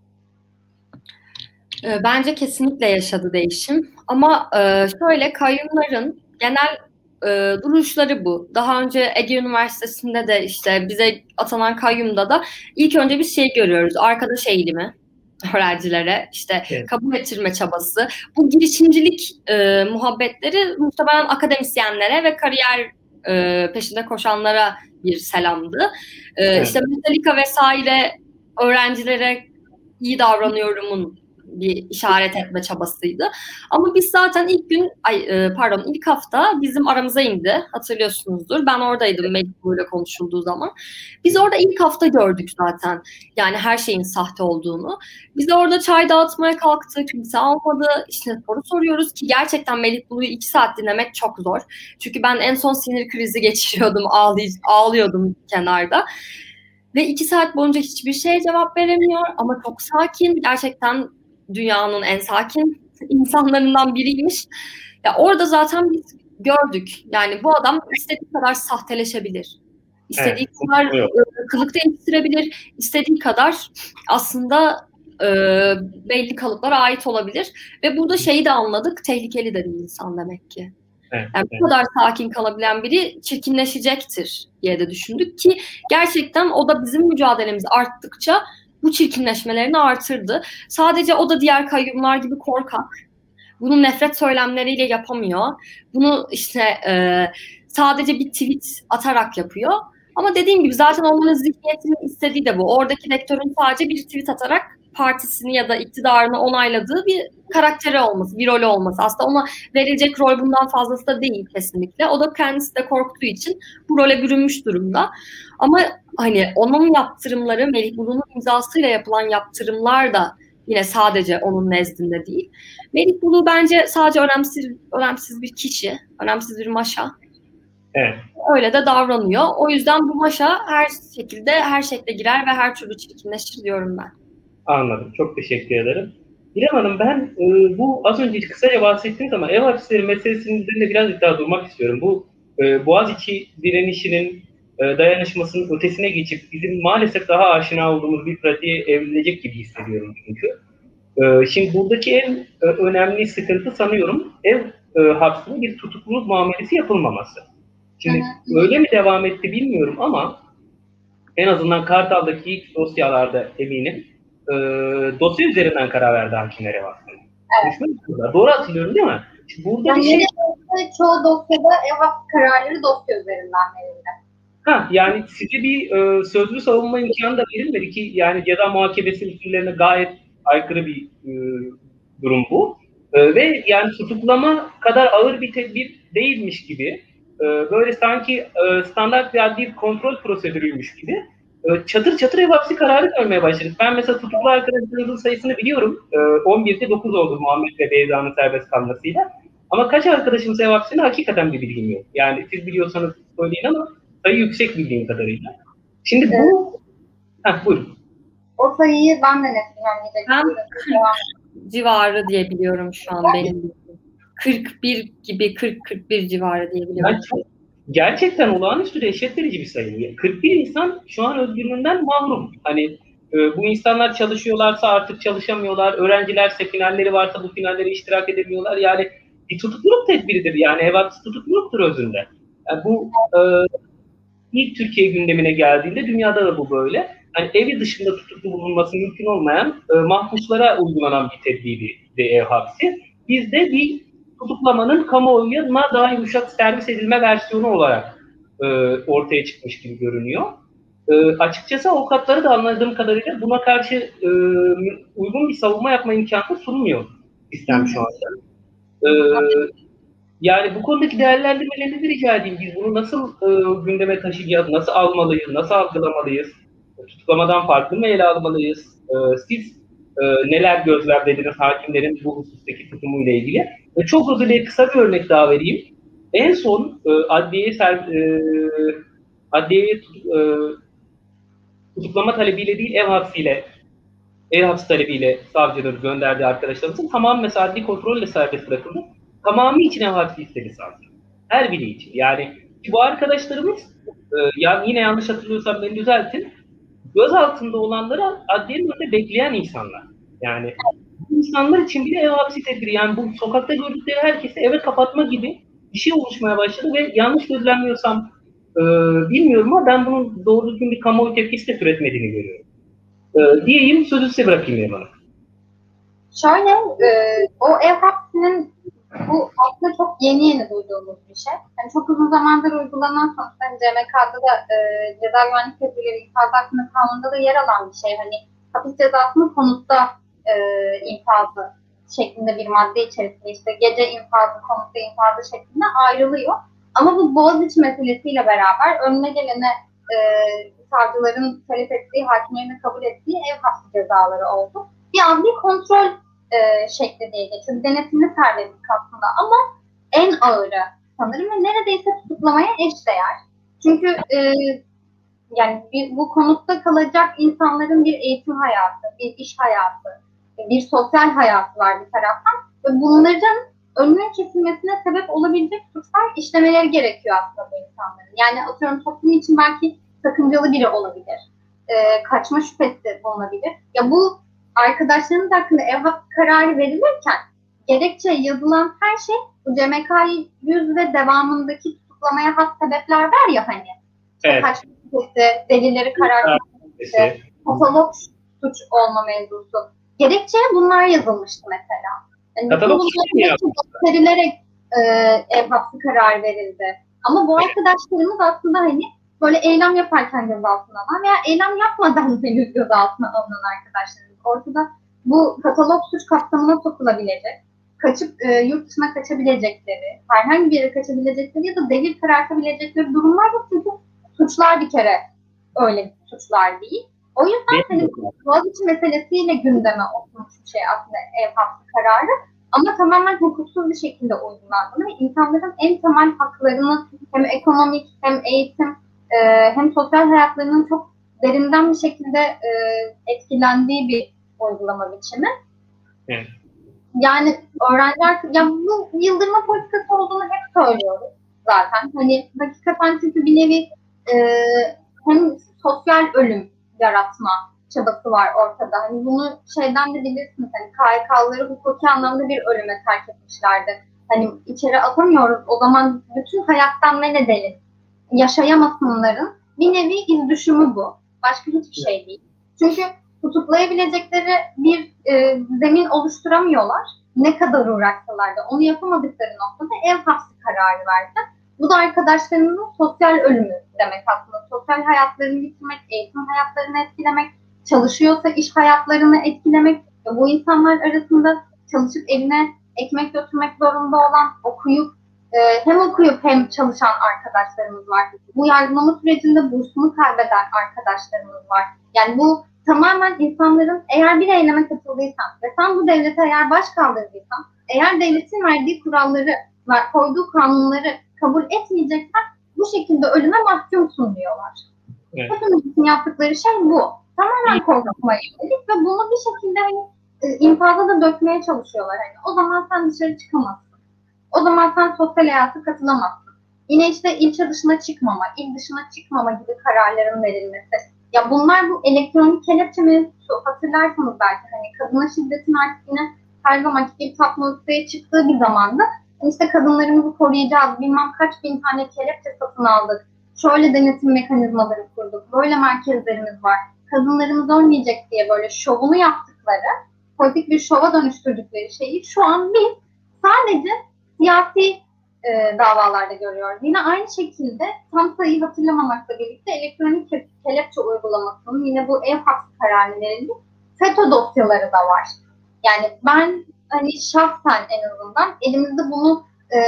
Bence kesinlikle yaşadı değişim. Ama şöyle kayyumların genel e, duruşları bu. Daha önce Ege Üniversitesi'nde de işte bize atanan kayyumda da ilk önce bir şey görüyoruz. Arkadaş eğilimi öğrencilere işte evet. Kabul ettirme çabası. Bu girişimcilik e, muhabbetleri muhtemelen akademisyenlere ve kariyer e, peşinde koşanlara bir selamdı. E, evet. İşte Metallica vesaire öğrencilere iyi davranıyorumun bir işaret etme çabasıydı. Ama biz zaten ilk gün, ay pardon ilk hafta bizim aramıza indi. Hatırlıyorsunuzdur. Ben oradaydım Melih Bulu'yla konuşulduğu zaman. Biz orada ilk hafta gördük zaten. Yani her şeyin sahte olduğunu. Biz de orada çay dağıtmaya kalktık. Kimse almadı. İşte soru soruyoruz ki gerçekten Melih Bulu'yu iki saat dinlemek çok zor. Çünkü ben en son sinir krizi geçiriyordum. Ağlay ağlıyordum kenarda. Ve iki saat boyunca hiçbir şeye cevap veremiyor ama çok sakin. Gerçekten dünyanın en sakin insanlarından biriymiş. Ya orada zaten biz gördük. Yani bu adam istediği kadar sahteleşebilir. İstediği evet, kadar evet. kılık değiştirebilir. İstediği kadar aslında e, belli kalıplara ait olabilir. Ve burada şeyi de anladık. Tehlikeli de bir insan demek ki. Evet, yani evet. Bu kadar sakin kalabilen biri çirkinleşecektir diye de düşündük ki gerçekten o da bizim mücadelemiz arttıkça bu çirkinleşmelerini artırdı. Sadece o da diğer kayyumlar gibi korkak. Bunu nefret söylemleriyle yapamıyor. Bunu işte e, sadece bir tweet atarak yapıyor. Ama dediğim gibi zaten onların zihniyetinin istediği de bu. Oradaki rektörün sadece bir tweet atarak partisini ya da iktidarını onayladığı bir karakteri olması, bir rolü olması. Aslında ona verilecek rol bundan fazlası da değil kesinlikle. O da kendisi de korktuğu için bu role bürünmüş durumda. Ama hani onun yaptırımları, Melih Bulu'nun imzasıyla yapılan yaptırımlar da yine sadece onun nezdinde değil. Melih Bulu bence sadece önemsiz, önemsiz bir kişi, önemsiz bir maşa. Evet. Öyle de davranıyor. O yüzden bu maşa her şekilde, her şekilde girer ve her türlü çirkinleşir diyorum ben. Anladım. Çok teşekkür ederim. İrem Hanım ben e, bu az önce kısaca bahsettiğiniz ama ev hapisleri meselesinin üzerinde biraz daha durmak istiyorum. Bu e, Boğaziçi direnişinin e, dayanışmasının ötesine geçip bizim maalesef daha aşina olduğumuz bir pratiğe evrilecek gibi hissediyorum çünkü. E, şimdi buradaki en e, önemli sıkıntı sanıyorum ev e, hapsinin bir tutukluluk muamelesi yapılmaması. Şimdi Hı-hı. öyle mi devam etti bilmiyorum ama en azından Kartal'daki ilk dosyalarda eminim e, dosya üzerinden karar verdi hakimler ev hapsine. Evet. Doğru hatırlıyorum değil mi? Şimdi burada yani bir şey... çoğu dosyada ev hapsi kararları dosya üzerinden verildi. Ha, yani size bir e, sözlü savunma imkanı da verilmedi ki yani ceza muhakemesi usullerine gayet aykırı bir e, durum bu. E, ve yani tutuklama kadar ağır bir tedbir değilmiş gibi e, böyle sanki e, standart bir adli kontrol prosedürüymüş gibi e, çatır çatır ev hapsi kararı görmeye başladık. Ben mesela tutuklu arkadaşlarımızın sayısını biliyorum. E, on birde dokuz oldu Muhammed ve Beyza'nın serbest kalmasıyla. Ama kaç arkadaşımız ev hapsinde hakikaten bir bilgim yok. Yani siz biliyorsanız söyleyin ama sayı yüksek bildiğim kadarıyla. Şimdi bu... Evet. Heh, buyurun. O sayıyı ben de net bilmem. Ben kırk civarı diye biliyorum şu an benim. kırk bir gibi, kırk kırk bir civarı diye biliyorum. Yani çok, gerçekten olağanüstü dehşet verici bir sayı. kırk bir insan şu an özgürlüğünden mahrum. Hani e, bu insanlar çalışıyorlarsa artık çalışamıyorlar. Öğrencilerse finalleri varsa bu finallere iştirak edemiyorlar. Yani bir tutukluluk tedbiridir. Yani ev hapsi tutukluluktur özünde. Yani bu e, ilk Türkiye gündemine geldiğinde dünyada da bu böyle. Hani evi dışında tutuklu bulunması mümkün olmayan e, mahpuslara uygulanan bir tedbiriydi ev hapsi. Bizde bir tutuklamanın kamuoyuna daha yumuşak servis edilme versiyonu olarak e, ortaya çıkmış gibi görünüyor. E, açıkçası avukatları da anladığım kadarıyla buna karşı e, uygun bir savunma yapma imkanı sunmuyor sistem şu anda. E, Yani bu konudaki değerlendirmelerinizi rica edeyim. Biz bunu nasıl e, gündeme taşıyacağız, nasıl almalıyız, nasıl algılamalıyız? Tutuklamadan farklı mı ele almalıyız? E, siz e, neler gözlemlediniz hakimlerin bu husustaki tutumuyla ilgili? Ve çok hızlı bir kısa bir örnek daha vereyim. En son e, adliyeye ser, e, adliyeye e, tutuklama talebiyle değil ev hapsiyle ev hapsi talebiyle savcıları gönderdiği arkadaşlarımızın tamamı mesela adli kontrolle serbest bırakıldı. Tamamı için ev hapsi istedi savcı. Her biri için. Yani bu arkadaşlarımız e, yani yine yanlış hatırlıyorsam beni düzeltin. Göz altında olanları adliyenin önünde bekleyen insanlar. Yani bu insanlar için bile ev hapsi tedbiri. Yani bu sokakta gördükleri herkesi eve kapatma gibi bir şey oluşmaya başladı ve yanlış gözlemliyorsam e, bilmiyorum ama ben bunun doğru düzgün bir kamuoyu tepkisi de türetmediğini görüyorum. E, diyeyim, sözü size bırakayım Neriman Hanım. Şöyle, e, o ev hapsinin bu aslında çok yeni yeni duyduğumuz bir şey. Yani çok uzun zamandır uygulanan sonuçta hani C M K'da da e, ceza güvenlik tedbirleri infaz hakkında kanununda da yer alan bir şey. Hani hapis cezasının konutta e, infazı şeklinde bir madde içerisinde işte gece infazı, konutta infazı şeklinde ayrılıyor. Ama bu Boğaziçi meselesiyle beraber önüne gelene e, savcıların talep ettiği, hakimlerin de kabul ettiği ev hapsi cezaları oldu. Bir adli kontrol e, şekli diye geçiyor. Denetimli serbestlik aslında ama en ağırı sanırım ve neredeyse tutuklamaya eşdeğer. Çünkü e, yani bir, bu konutta kalacak insanların bir eğitim hayatı, bir iş hayatı, bir sosyal hayatı var bir taraftan ve bunların önüne kesilmesine sebep olabilecek suçlar işlemeleri gerekiyor aslında bu insanların. Yani atıyorum toplum için belki sakıncalı biri olabilir. E, kaçma şüphesi bulunabilir. Ya bu arkadaşlarımız hakkında ev hapsi kararı verilirken gerekçe yazılan her şey bu C M K yüz ve devamındaki tutuklamaya has sebepler var ya hani. Evet. Kaçma şüphesi, delilleri karartması, katalog suç olma mevzusu. Gerekçeye bunlar yazılmıştı mesela. Yani katalog suç gösterilerek e, ev hapsi kararı verildi. Ama bu arkadaşlarımız aslında hani böyle eylem yaparken gözaltına alınan veya eylem yapmadan henüz gözaltına alınan arkadaşlarımız. Ortada bu katalog suç kapsamına sokulabilecek, kaçıp e, yurt dışına kaçabilecekleri, herhangi bir yere kaçabilecekleri ya da delil karartabilecekleri durumlar yok çünkü suçlar bir kere öyle suçlar değil. O yüzden hani Boğaziçi meselesiyle gündeme oturmuş bir şey aslında ev hapsi kararı ama tamamen hukuksuz bir şekilde uygulandığını ve insanların en temel haklarını hem ekonomik hem eğitim e, hem sosyal hayatlarının çok derinden bir şekilde e, etkilendiği bir uygulama biçimi. Evet. Yani öğrenciler, ya bu yıldırma politikası olduğunu hep söylüyoruz zaten. Hani hakikaten çünkü bir nevi e, hem sosyal ölüm yaratma çabası var ortada. Hani bunu şeyden de bilirsiniz. Hani K Y K'ları hukuki anlamda bir ölüme terk etmişlerdi. Hani içeri atamıyoruz. O zaman bütün hayattan men edelim. Yaşayamasınların bir nevi iz düşümü bu. Başka hiçbir şey değil. Çünkü tutuklayabilecekleri bir e, zemin oluşturamıyorlar. Ne kadar uğraşsalar da onu yapamadıkları noktada ev hapsi kararı verdi. Bu da arkadaşlarımızın sosyal ölümü demek aslında. Sosyal hayatlarını bitirmek, eğitim hayatlarını etkilemek, çalışıyorsa iş hayatlarını etkilemek. Bu insanlar arasında çalışıp evine ekmek götürmek zorunda olan, okuyup e, hem okuyup hem çalışan arkadaşlarımız var. Bu yargılama sürecinde bursunu kaybeden arkadaşlarımız var. Yani bu tamamen insanların, eğer bir eyleme katıldıysan ve sen bu devlete eğer baş kaldırdıysan, eğer devletin verdiği kuralları, koyduğu kanunları kabul etmeyeceksen bu şekilde ölüme mahkumsun diyorlar. Evet. Hepimiz için yaptıkları şey bu. Tamamen korkutmaya yönelik ve bunu bir şekilde hani infaza da dökmeye çalışıyorlar. Hani o zaman sen dışarı çıkamazsın. O zaman sen sosyal hayata katılamazsın. Yine işte ilçe dışına çıkmama, il dışına çıkmama gibi kararların verilmesi. Ya bunlar bu elektronik kelepçe mevzusu, hatırlarsanız belki hani kadına şiddetin artık yine her zamanki bir tap noktaya çıktığı bir zamanda işte kadınlarımızı koruyacağız, bilmem kaç bin tane kelepçe satın aldık, şöyle denetim mekanizmaları kurduk, böyle merkezlerimiz var, kadınlarımız ölmeyecek diye böyle şovunu yaptıkları, politik bir şova dönüştürdükleri şeyi şu an biz sadece siyasi e, davalarda görüyoruz. Yine aynı şekilde tam sayıyı hatırlamamakla birlikte elektronik kelepçe uygulamasının yine bu ev hapsi kararı verildi. FETÖ dosyaları da var. Yani ben hani şahsen en azından elimizde bunu e,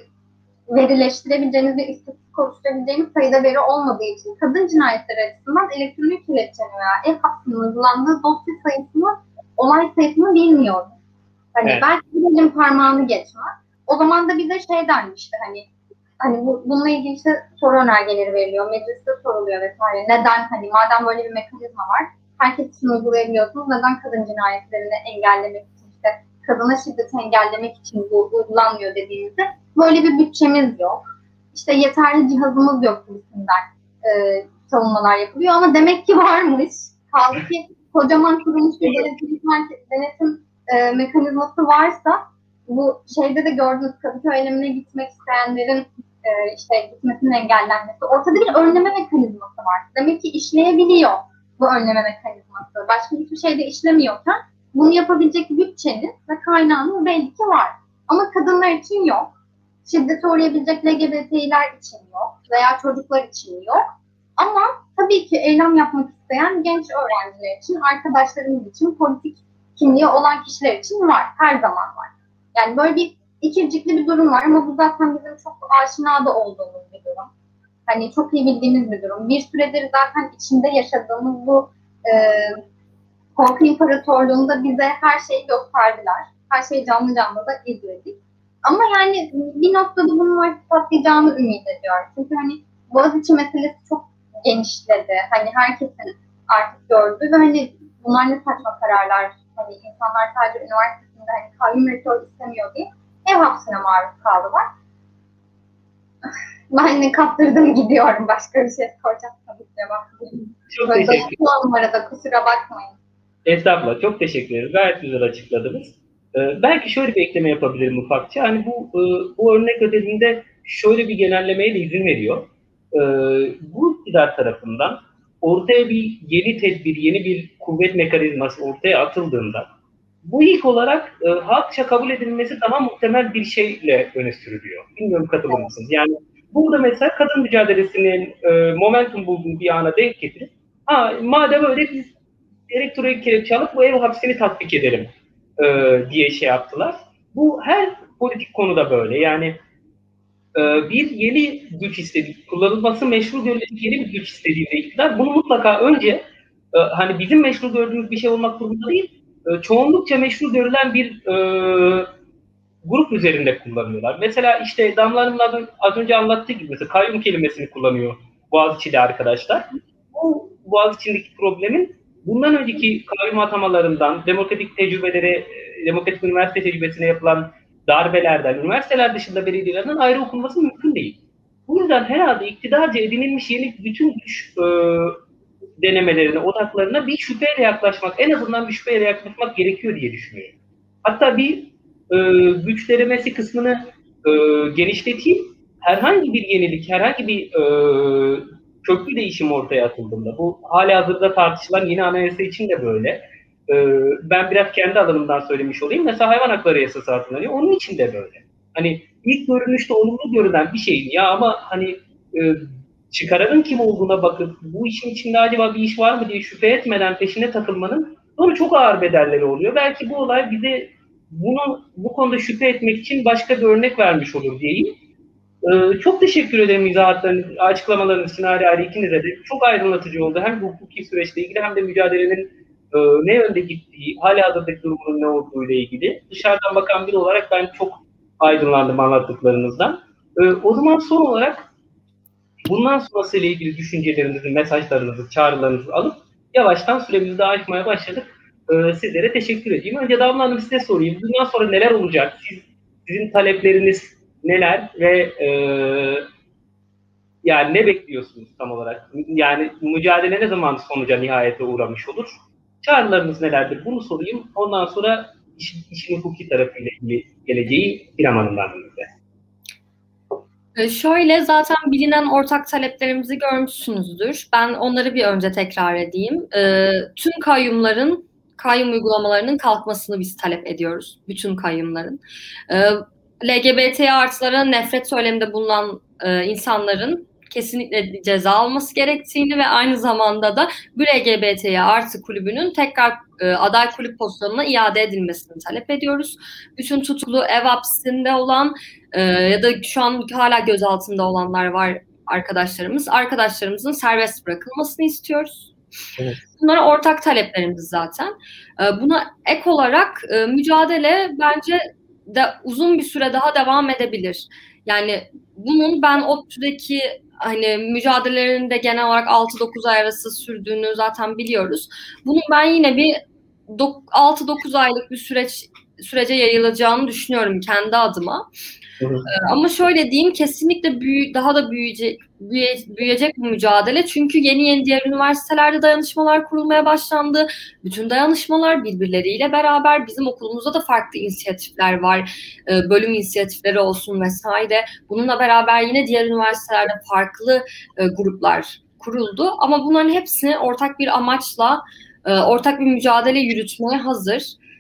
verileştirebileceğimiz ve istatistik oluşturabileceğimiz sayıda veri olmadığı için kadın cinayetleri açısından elektronik kelepçenin veya ev hapsinin uygulandığı dosya sayısını, olay sayısını bilmiyorum. Hani evet. Belki bir elim parmağını geçmez. O zaman da bize şey denmişti hani hani bu, bununla ilgili işte soru önergeleri veriliyor, mecliste soruluyor vesaire. Neden hani madem böyle bir mekanizma var, herkes için uygulayabiliyorsunuz, neden kadın cinayetlerini engellemek için, işte kadına şiddeti engellemek için bu uygulanmıyor dediğinizde böyle bir bütçemiz yok. İşte yeterli cihazımız yok gibisinden e, savunmalar yapılıyor ama demek ki varmış. Kaldı ki kocaman kurulmuş bir denetim, denetim e, mekanizması varsa bu şeyde de gördüğünüz Kadıköy eylemine gitmek isteyenlerin e, işte gitmesinin engellenmesi. Ortada bir önleme mekanizması var. Demek ki işleyebiliyor bu önleme mekanizması. Başka hiçbir şeyde işlemiyorken bunu yapabilecek bütçenin ve kaynağının belli ki var. Ama kadınlar için yok. Şiddete uğrayabilecek L G B T'ler için yok. Veya çocuklar için yok. Ama tabii ki eylem yapmak isteyen genç öğrenciler için, arkadaşlarımız için, politik kimliği olan kişiler için var. Her zaman var. Yani böyle bir ikircikli bir durum var ama bu zaten bizim çok aşina da olduğumuz bir durum. Hani çok iyi bildiğimiz bir durum. Bir süredir zaten içinde yaşadığımız bu e, korku imparatorluğunda bize her şeyi gösterdiler. Her şeyi canlı canlı da izledik. Ama yani bir noktada bunun artık patlayacağını ümit ediyorum. Çünkü hani Boğaziçi meselesi çok genişledi. Hani herkesin artık gördü ve hani bunlar ne saçma kararlar. Hani insanlar sadece üniversitesinde hani kayyum rektör istemiyor diye ev hapsine maruz kaldılar. Ben ne kaptırdım gidiyorum. Başka bir şey soracağım tabii ki. Çok Böyle teşekkür ederim. Numarada kusura bakmayın. Estağfurullah. Çok teşekkür ederiz. Gayet güzel açıkladınız. Ee, belki şöyle bir ekleme yapabilirim ufakça. Hani bu e, bu örnek özelinde şöyle bir genellemeye de izin veriyor. Ee, bu iktidar tarafından ortaya bir yeni tedbir, yeni bir kuvvet mekanizması ortaya atıldığında bu ilk olarak e, halkça kabul edilmesi daha muhtemel bir şeyle öne sürülüyor. Bilmiyorum katılır mısınız? Yani burada mesela kadın mücadelesinin e, momentum bulduğu bir ana denk getirip ha, madem öyle biz elektronik kelepçe alıp bu ev hapsini tatbik edelim e, diye şey yaptılar. Bu her politik konuda böyle. Yani e, bir yeni güç istediği, kullanılması meşru görülecek yeni bir güç istediğinde iktidar bunu mutlaka önce e, hani bizim meşru gördüğümüz bir şey olmak durumunda değil, e, çoğunlukça meşru görülen bir e, grup üzerinde kullanıyorlar. Mesela işte Damla Hanım'ın az, az önce anlattığı gibi mesela kayyum kelimesini kullanıyor Boğaziçi'li arkadaşlar. Bu Boğaziçi'ndeki problemin bundan önceki kayyum atamalarından, demokratik tecrübelere, demokratik üniversite tecrübesine yapılan darbelerden, üniversiteler dışında belediyelerden ayrı okunması mümkün değil. Bu yüzden herhalde iktidarca edinilmiş yeni bütün güç e, denemelerine, odaklarına bir şüpheyle yaklaşmak, en azından bir şüpheyle yaklaşmak gerekiyor diye düşünüyorum. Hatta bir e, güç denemesi kısmını e, genişleteyim. Herhangi bir yenilik, herhangi bir e, köklü değişim ortaya atıldığında, bu halihazırda tartışılan yeni anayasa için de böyle. E, ben biraz kendi alanımdan söylemiş olayım. Mesela hayvan hakları yasası hatırlanıyor. Onun için de böyle. Hani ilk görünüşte olumlu görünen bir şeyin ya ama hani e, çıkaranın kim olduğuna bakıp bu işin içinde acaba bir iş var mı diye şüphe etmeden peşine takılmanın sonra çok ağır bedelleri oluyor. Belki bu olay bize bunu bu konuda şüphe etmek için başka bir örnek vermiş olur diyeyim. Ee, çok teşekkür ederim izahatlarınız, açıklamalarınız için ayrı ayrı ikinize de. Çok aydınlatıcı oldu. Hem hukuki süreçle ilgili hem de mücadelenin e, ne yönde gittiği, halihazırdaki durumunun ne olduğu ile ilgili. Dışarıdan bakan biri olarak ben çok aydınlandım anlattıklarınızdan. E, o zaman son olarak bundan sonrası ile ilgili düşüncelerinizi, mesajlarınızı, çağrılarınızı alıp yavaştan süremizi de aşmaya başladık. Ee, sizlere teşekkür edeyim. Önce Damla Hanım size sorayım. Bundan sonra neler olacak? Siz, sizin talepleriniz neler ve e, yani ne bekliyorsunuz tam olarak? Yani mücadele ne zaman sonuca nihayete uğramış olur? Çağrılarınız nelerdir? Bunu sorayım. Ondan sonra iş, işin hukuki tarafıyla ilgili geleceği İrem Hanım'dan dinleyeceğiz. Şöyle, zaten bilinen ortak taleplerimizi görmüşsünüzdür. Ben onları bir önce tekrar edeyim. Ee, tüm kayyumların, kayyum uygulamalarının kalkmasını biz talep ediyoruz. Bütün kayyumların. Ee, L G B T artılara nefret söyleminde bulunan e, insanların kesinlikle ceza alması gerektiğini ve aynı zamanda da bu L G B T artı kulübünün tekrar e, aday kulüp pozisyonuna iade edilmesini talep ediyoruz. Bütün tutuklu ev hapsinde olan e, ya da şu an hala gözaltında olanlar var arkadaşlarımız. Arkadaşlarımızın serbest bırakılmasını istiyoruz. Evet. Bunlar ortak taleplerimiz zaten. E, buna ek olarak e, mücadele bence de uzun bir süre daha devam edebilir. Yani bunun ben ODTÜ'deki hani mücadelelerin de genel olarak altı dokuz ay arası sürdüğünü zaten biliyoruz. Bunun ben yine bir altı dokuz aylık bir süreç sürece yayılacağını düşünüyorum kendi adıma. Hı hı. Ama şöyle diyeyim, kesinlikle büyü, daha da büyüyecek, büyüye, büyüyecek bu mücadele. Çünkü yeni yeni diğer üniversitelerde dayanışmalar kurulmaya başlandı. Bütün dayanışmalar birbirleriyle beraber, bizim okulumuzda da farklı inisiyatifler var. Bölüm inisiyatifleri olsun vesaire. Bununla beraber yine diğer üniversitelerde farklı gruplar kuruldu. Ama bunların hepsini ortak bir amaçla, ortak bir mücadele yürütmeye hazır.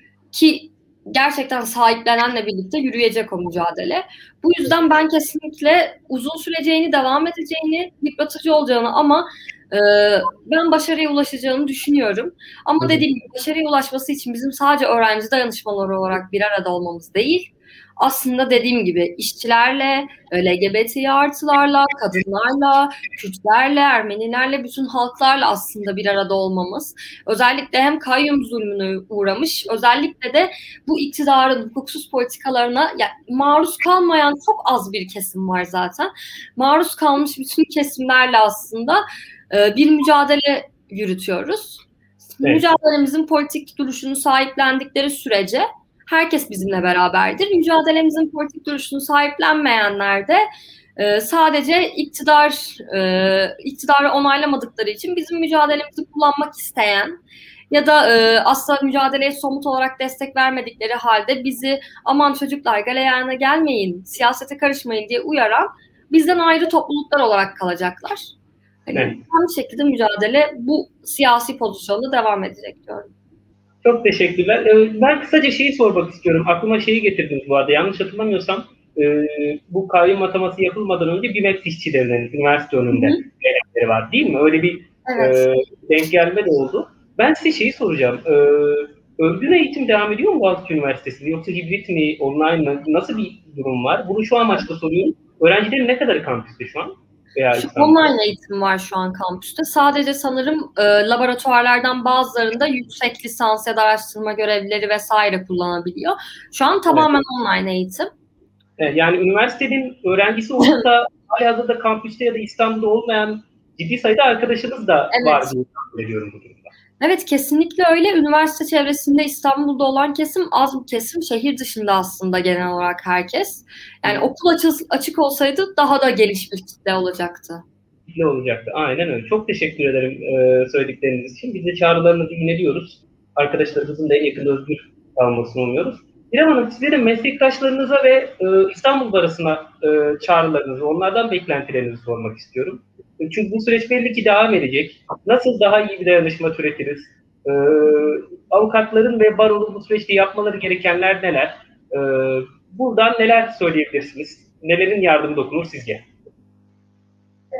Ki gerçekten sahiplenenle birlikte yürüyecek o mücadele. Bu yüzden ben kesinlikle uzun süreceğini, devam edeceğini, yıpratıcı olacağını ama e, ben başarıya ulaşacağını düşünüyorum. Ama dediğim gibi başarıya ulaşması için bizim sadece öğrenci dayanışmaları olarak bir arada olmamız değil, aslında dediğim gibi işçilerle, L G B T artılarla, kadınlarla, Kürtlerle, Ermenilerle, bütün halklarla aslında bir arada olmamız. Özellikle hem kayyum zulmüne uğramış, özellikle de bu iktidarın hukuksuz politikalarına ya, maruz kalmayan çok az bir kesim var zaten. Maruz kalmış bütün kesimlerle aslında e, bir mücadele yürütüyoruz. Evet. Mücadelemizin politik duruşunu sahiplendikleri sürece herkes bizimle beraberdir. Mücadelemizin politik duruşunu sahiplenmeyenler de e, sadece iktidar e, iktidarı onaylamadıkları için bizim mücadelemizi kullanmak isteyen ya da e, asla mücadeleye somut olarak destek vermedikleri halde bizi aman çocuklar galeyana gelmeyin, siyasete karışmayın diye uyaran bizden ayrı topluluklar olarak kalacaklar. Yani evet. Aynı şekilde mücadele bu siyasi pozisyonda devam edecek diyorum. Çok teşekkürler. Ben kısaca şeyi sormak istiyorum. Aklıma şeyi getirdiniz bu arada. Yanlış hatırlamıyorsam bu kayyum ataması yapılmadan önce BİMEX işçilerinin üniversite önünde eylemleri var değil mi? Öyle bir evet. e, denk gelme de oldu. Ben size şeyi soracağım. E, Örgün eğitim devam ediyor mu Boğaziçi Üniversitesi'nde? Yoksa hibrit mi, online mi? Nasıl bir durum var? Bunu şu amaçla soruyorum. Öğrencilerin ne kadarı kampüste şu an? Şu online eğitim var şu an kampüste. Sadece sanırım e, laboratuvarlardan bazılarında yüksek lisans ya da araştırma görevlileri vesaire kullanabiliyor. Şu an tamamen evet. online eğitim. Evet, yani üniversitenin öğrencisi olup da halihazırda kampüste ya da İstanbul'da olmayan ciddi sayıda arkadaşınız da evet. var diye tahmin ediyorum bu durumda. Evet, kesinlikle öyle. Üniversite çevresinde İstanbul'da olan kesim az bir kesim. Şehir dışında aslında genel olarak herkes. Yani evet. okul açı, açık olsaydı daha da geniş bir kitle olacaktı. Kitle olacaktı. Aynen öyle. Çok teşekkür ederim e, söyledikleriniz için. Biz de çağrılarınızı yineliyoruz. Arkadaşlarımızın da yakın özgür kalmasını umuyoruz. İrem Hanım, sizlerin meslektaşlarınıza ve e, İstanbul Barası'na e, çağrılarınızı, onlardan beklentilerinizi sormak istiyorum. Çünkü bu süreç belli ki devam edecek. Nasıl daha iyi bir dayanışma türetiriz? Ee, avukatların ve baronun bu süreçte yapmaları gerekenler neler? Ee, buradan neler söyleyebilirsiniz? Nelerin yardımı dokunur sizce? Ee,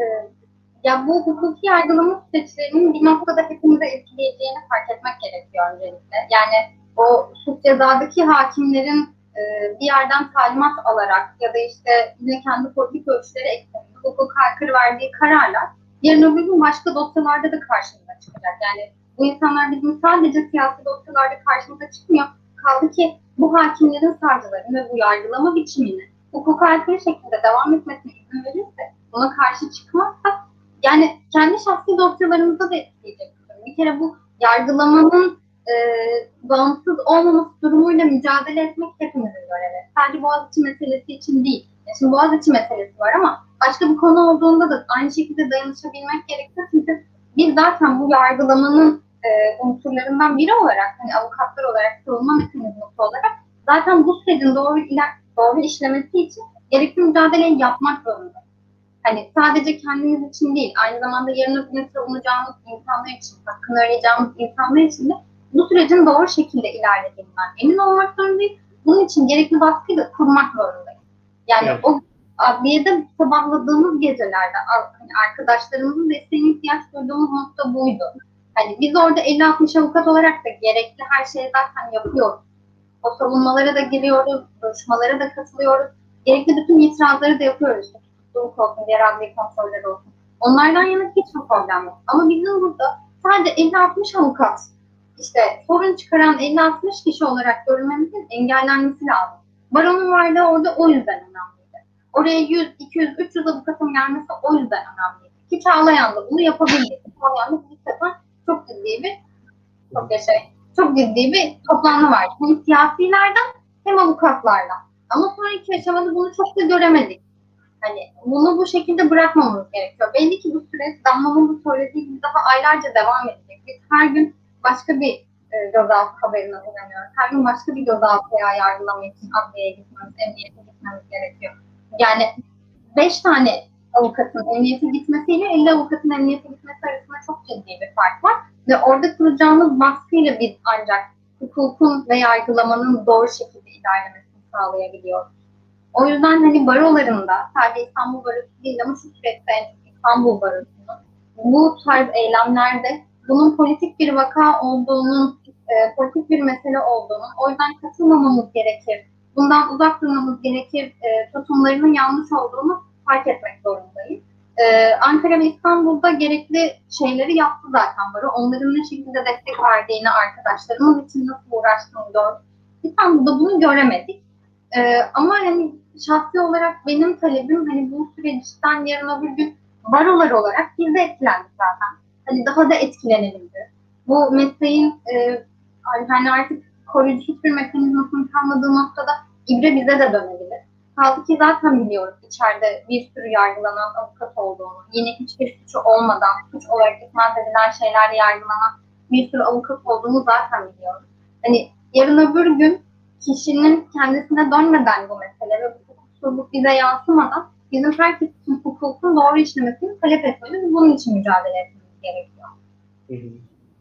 ya bu hukuki yargılama süreçlerinin bir noktada hepimize etkileyeceğini fark etmek gerekiyor öncelikle. Yani o suç cezadaki hakimlerin e, bir yerden talimat alarak ya da işte yine kendi politik ölçüleri ekseninde hukuka aykırı verdiği kararlar yarın öbür gün başka dosyalarda da karşımıza çıkacak. Yani bu insanlar bizim sadece siyasi dosyalarda karşımıza çıkmıyor. Kaldı ki bu hakimlerin, savcıların ve bu yargılama biçimini hukuka aykırı şekilde devam etmesine izin verirse, buna karşı çıkmazsa yani kendi şahsi dosyalarımızda da etkileyecek. Bir kere bu yargılamanın e, bağımsız olmaması durumuyla mücadele etmek hepimizin görevi. Sadece Boğaziçi meselesi için değil. Yani şimdi Boğaziçi meselesi var ama başka bir konu olduğunda da aynı şekilde dayanışabilmek gerekiyor. Çünkü biz zaten bu yargılamanın e, unsurlarından biri olarak, hani avukatlar olarak, savunma mekanizması olarak zaten bu sürecin doğru, doğru işlemesi için gerekli mücadeleyi yapmak zorunda. Hani sadece kendimiz için değil, aynı zamanda yarın öbür gün savunacağımız insanlar için, hakkını arayacağımız insanlar için de bu sürecin doğru şekilde ilerlediğinden emin olmak zorundayız. Bunun için gerekli baskıyı da kurmak zorundayız. Yani evet. O adliyede sabahladığımız gecelerde hani arkadaşlarımızın desteğine ihtiyaç duyduğumuz nokta buydu. Hani biz orada elli altmış avukat olarak da gerekli her şeyi zaten yapıyoruz. O savunmalara da giriyoruz, görüşmelere de katılıyoruz. Gerekli bütün itirazları da yapıyoruz. Tutukluluk olsun, diğer adli kontrolleri olsun. Onlardan yana hiçbir problem yok. Ama bizim burada sadece elli altmış avukat, işte sorun çıkaran elli altmış kişi olarak görülmemizin engellenmesi lazım. Baronun varlığı orada o yüzden önemliydi. Oraya yüz, iki yüz, üç yüz avukatın gelmesi o yüzden önemliydi. Ki Çağlayan da bunu yapabildi. Çağlayan da bu sefer çok ciddi bir çok şey, çok ciddi bir toplanma var. Hem siyasilerden hem avukatlardan. Ama sonraki aşamada bunu çok da göremedik. Hani bunu bu şekilde bırakmamamız gerekiyor. Belli ki bu süreç Damla'nın bu söylediği gibi daha aylarca devam edecek. Biz her gün başka bir e, gözaltı haberine uyanıyoruz. Her gün başka bir gözaltı veya yargılama için adliyeye gitmemiz, emniyete gitmemiz gerekiyor. Yani beş tane avukatın emniyete gitmesiyle elli avukatın emniyete gitmesi arasında çok ciddi bir fark var. Ve orada kuracağımız baskıyla biz ancak hukukun ve yargılamanın doğru şekilde ilerlemesini sağlayabiliyoruz. O yüzden hani barolarında, sadece İstanbul Barosu değil ama şu süreçte en çok İstanbul Barosu'nun bu tarz eylemlerde bunun politik bir vaka olduğunun, e, politik bir mesele olduğunun, o yüzden katılmamamız gerekir, bundan uzak durmamız gerekir e, tutumlarının yanlış olduğunu fark etmek zorundayız. Ee, Ankara ve İstanbul'da gerekli şeyleri yaptı zaten baro. Onların ne şekilde destek verdiğini, arkadaşlarımız için nasıl uğraştığını gördük. İstanbul'da bunu göremedik. Ee, ama hani şahsi olarak benim talebim hani bu süreçten yarın öbür gün barolar olarak biz de etkilendik zaten. Hani daha da etkilenelim. Bu mesleğin e, hani artık koruyucu hiçbir mekanizmasının kalmadığı noktada ibre bize de dönebilir. Kaldı ki zaten biliyoruz içeride bir sürü yargılanan avukat olduğunu, yine hiçbir suçu olmadan, suç olarak ispat edilen şeylerle yargılanan bir sürü avukat olduğunu zaten biliyoruz. Hani yarın öbür gün kişinin kendisine dönmeden bu mesele ve bu hukuksuzluk bize yansımadan bizim herkesin hukukun doğru işlemesini talep etmemiz, bunun için mücadele etmemiz gerekiyor. Hı hı.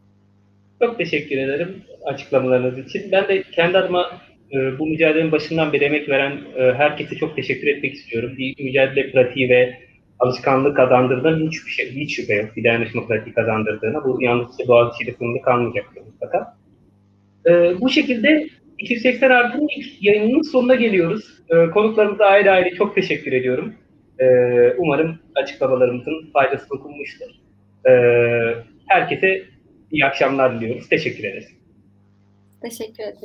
Çok teşekkür ederim açıklamalarınız için. Ben de kendi adıma e, bu mücadelenin başından beri emek veren e, herkese çok teşekkür etmek istiyorum. Bir mücadele pratiği ve alışkanlık kazandırdığına hiçbir şey, hiç şüphe yok. Bir dayanışma pratiği kazandırdığına. Bu yalnızca Boğaziçi'de sınırlı kalmayacaktır mutlaka. E, bu şekilde iki yüz seksen Artı'nın ilk yayınının sonuna geliyoruz. E, konuklarımıza ayrı ayrı çok teşekkür ediyorum. E, umarım açıklamalarımızın faydası dokunmuştur. E, herkese İyi akşamlar diliyoruz. Teşekkür ederiz. Teşekkür ederim.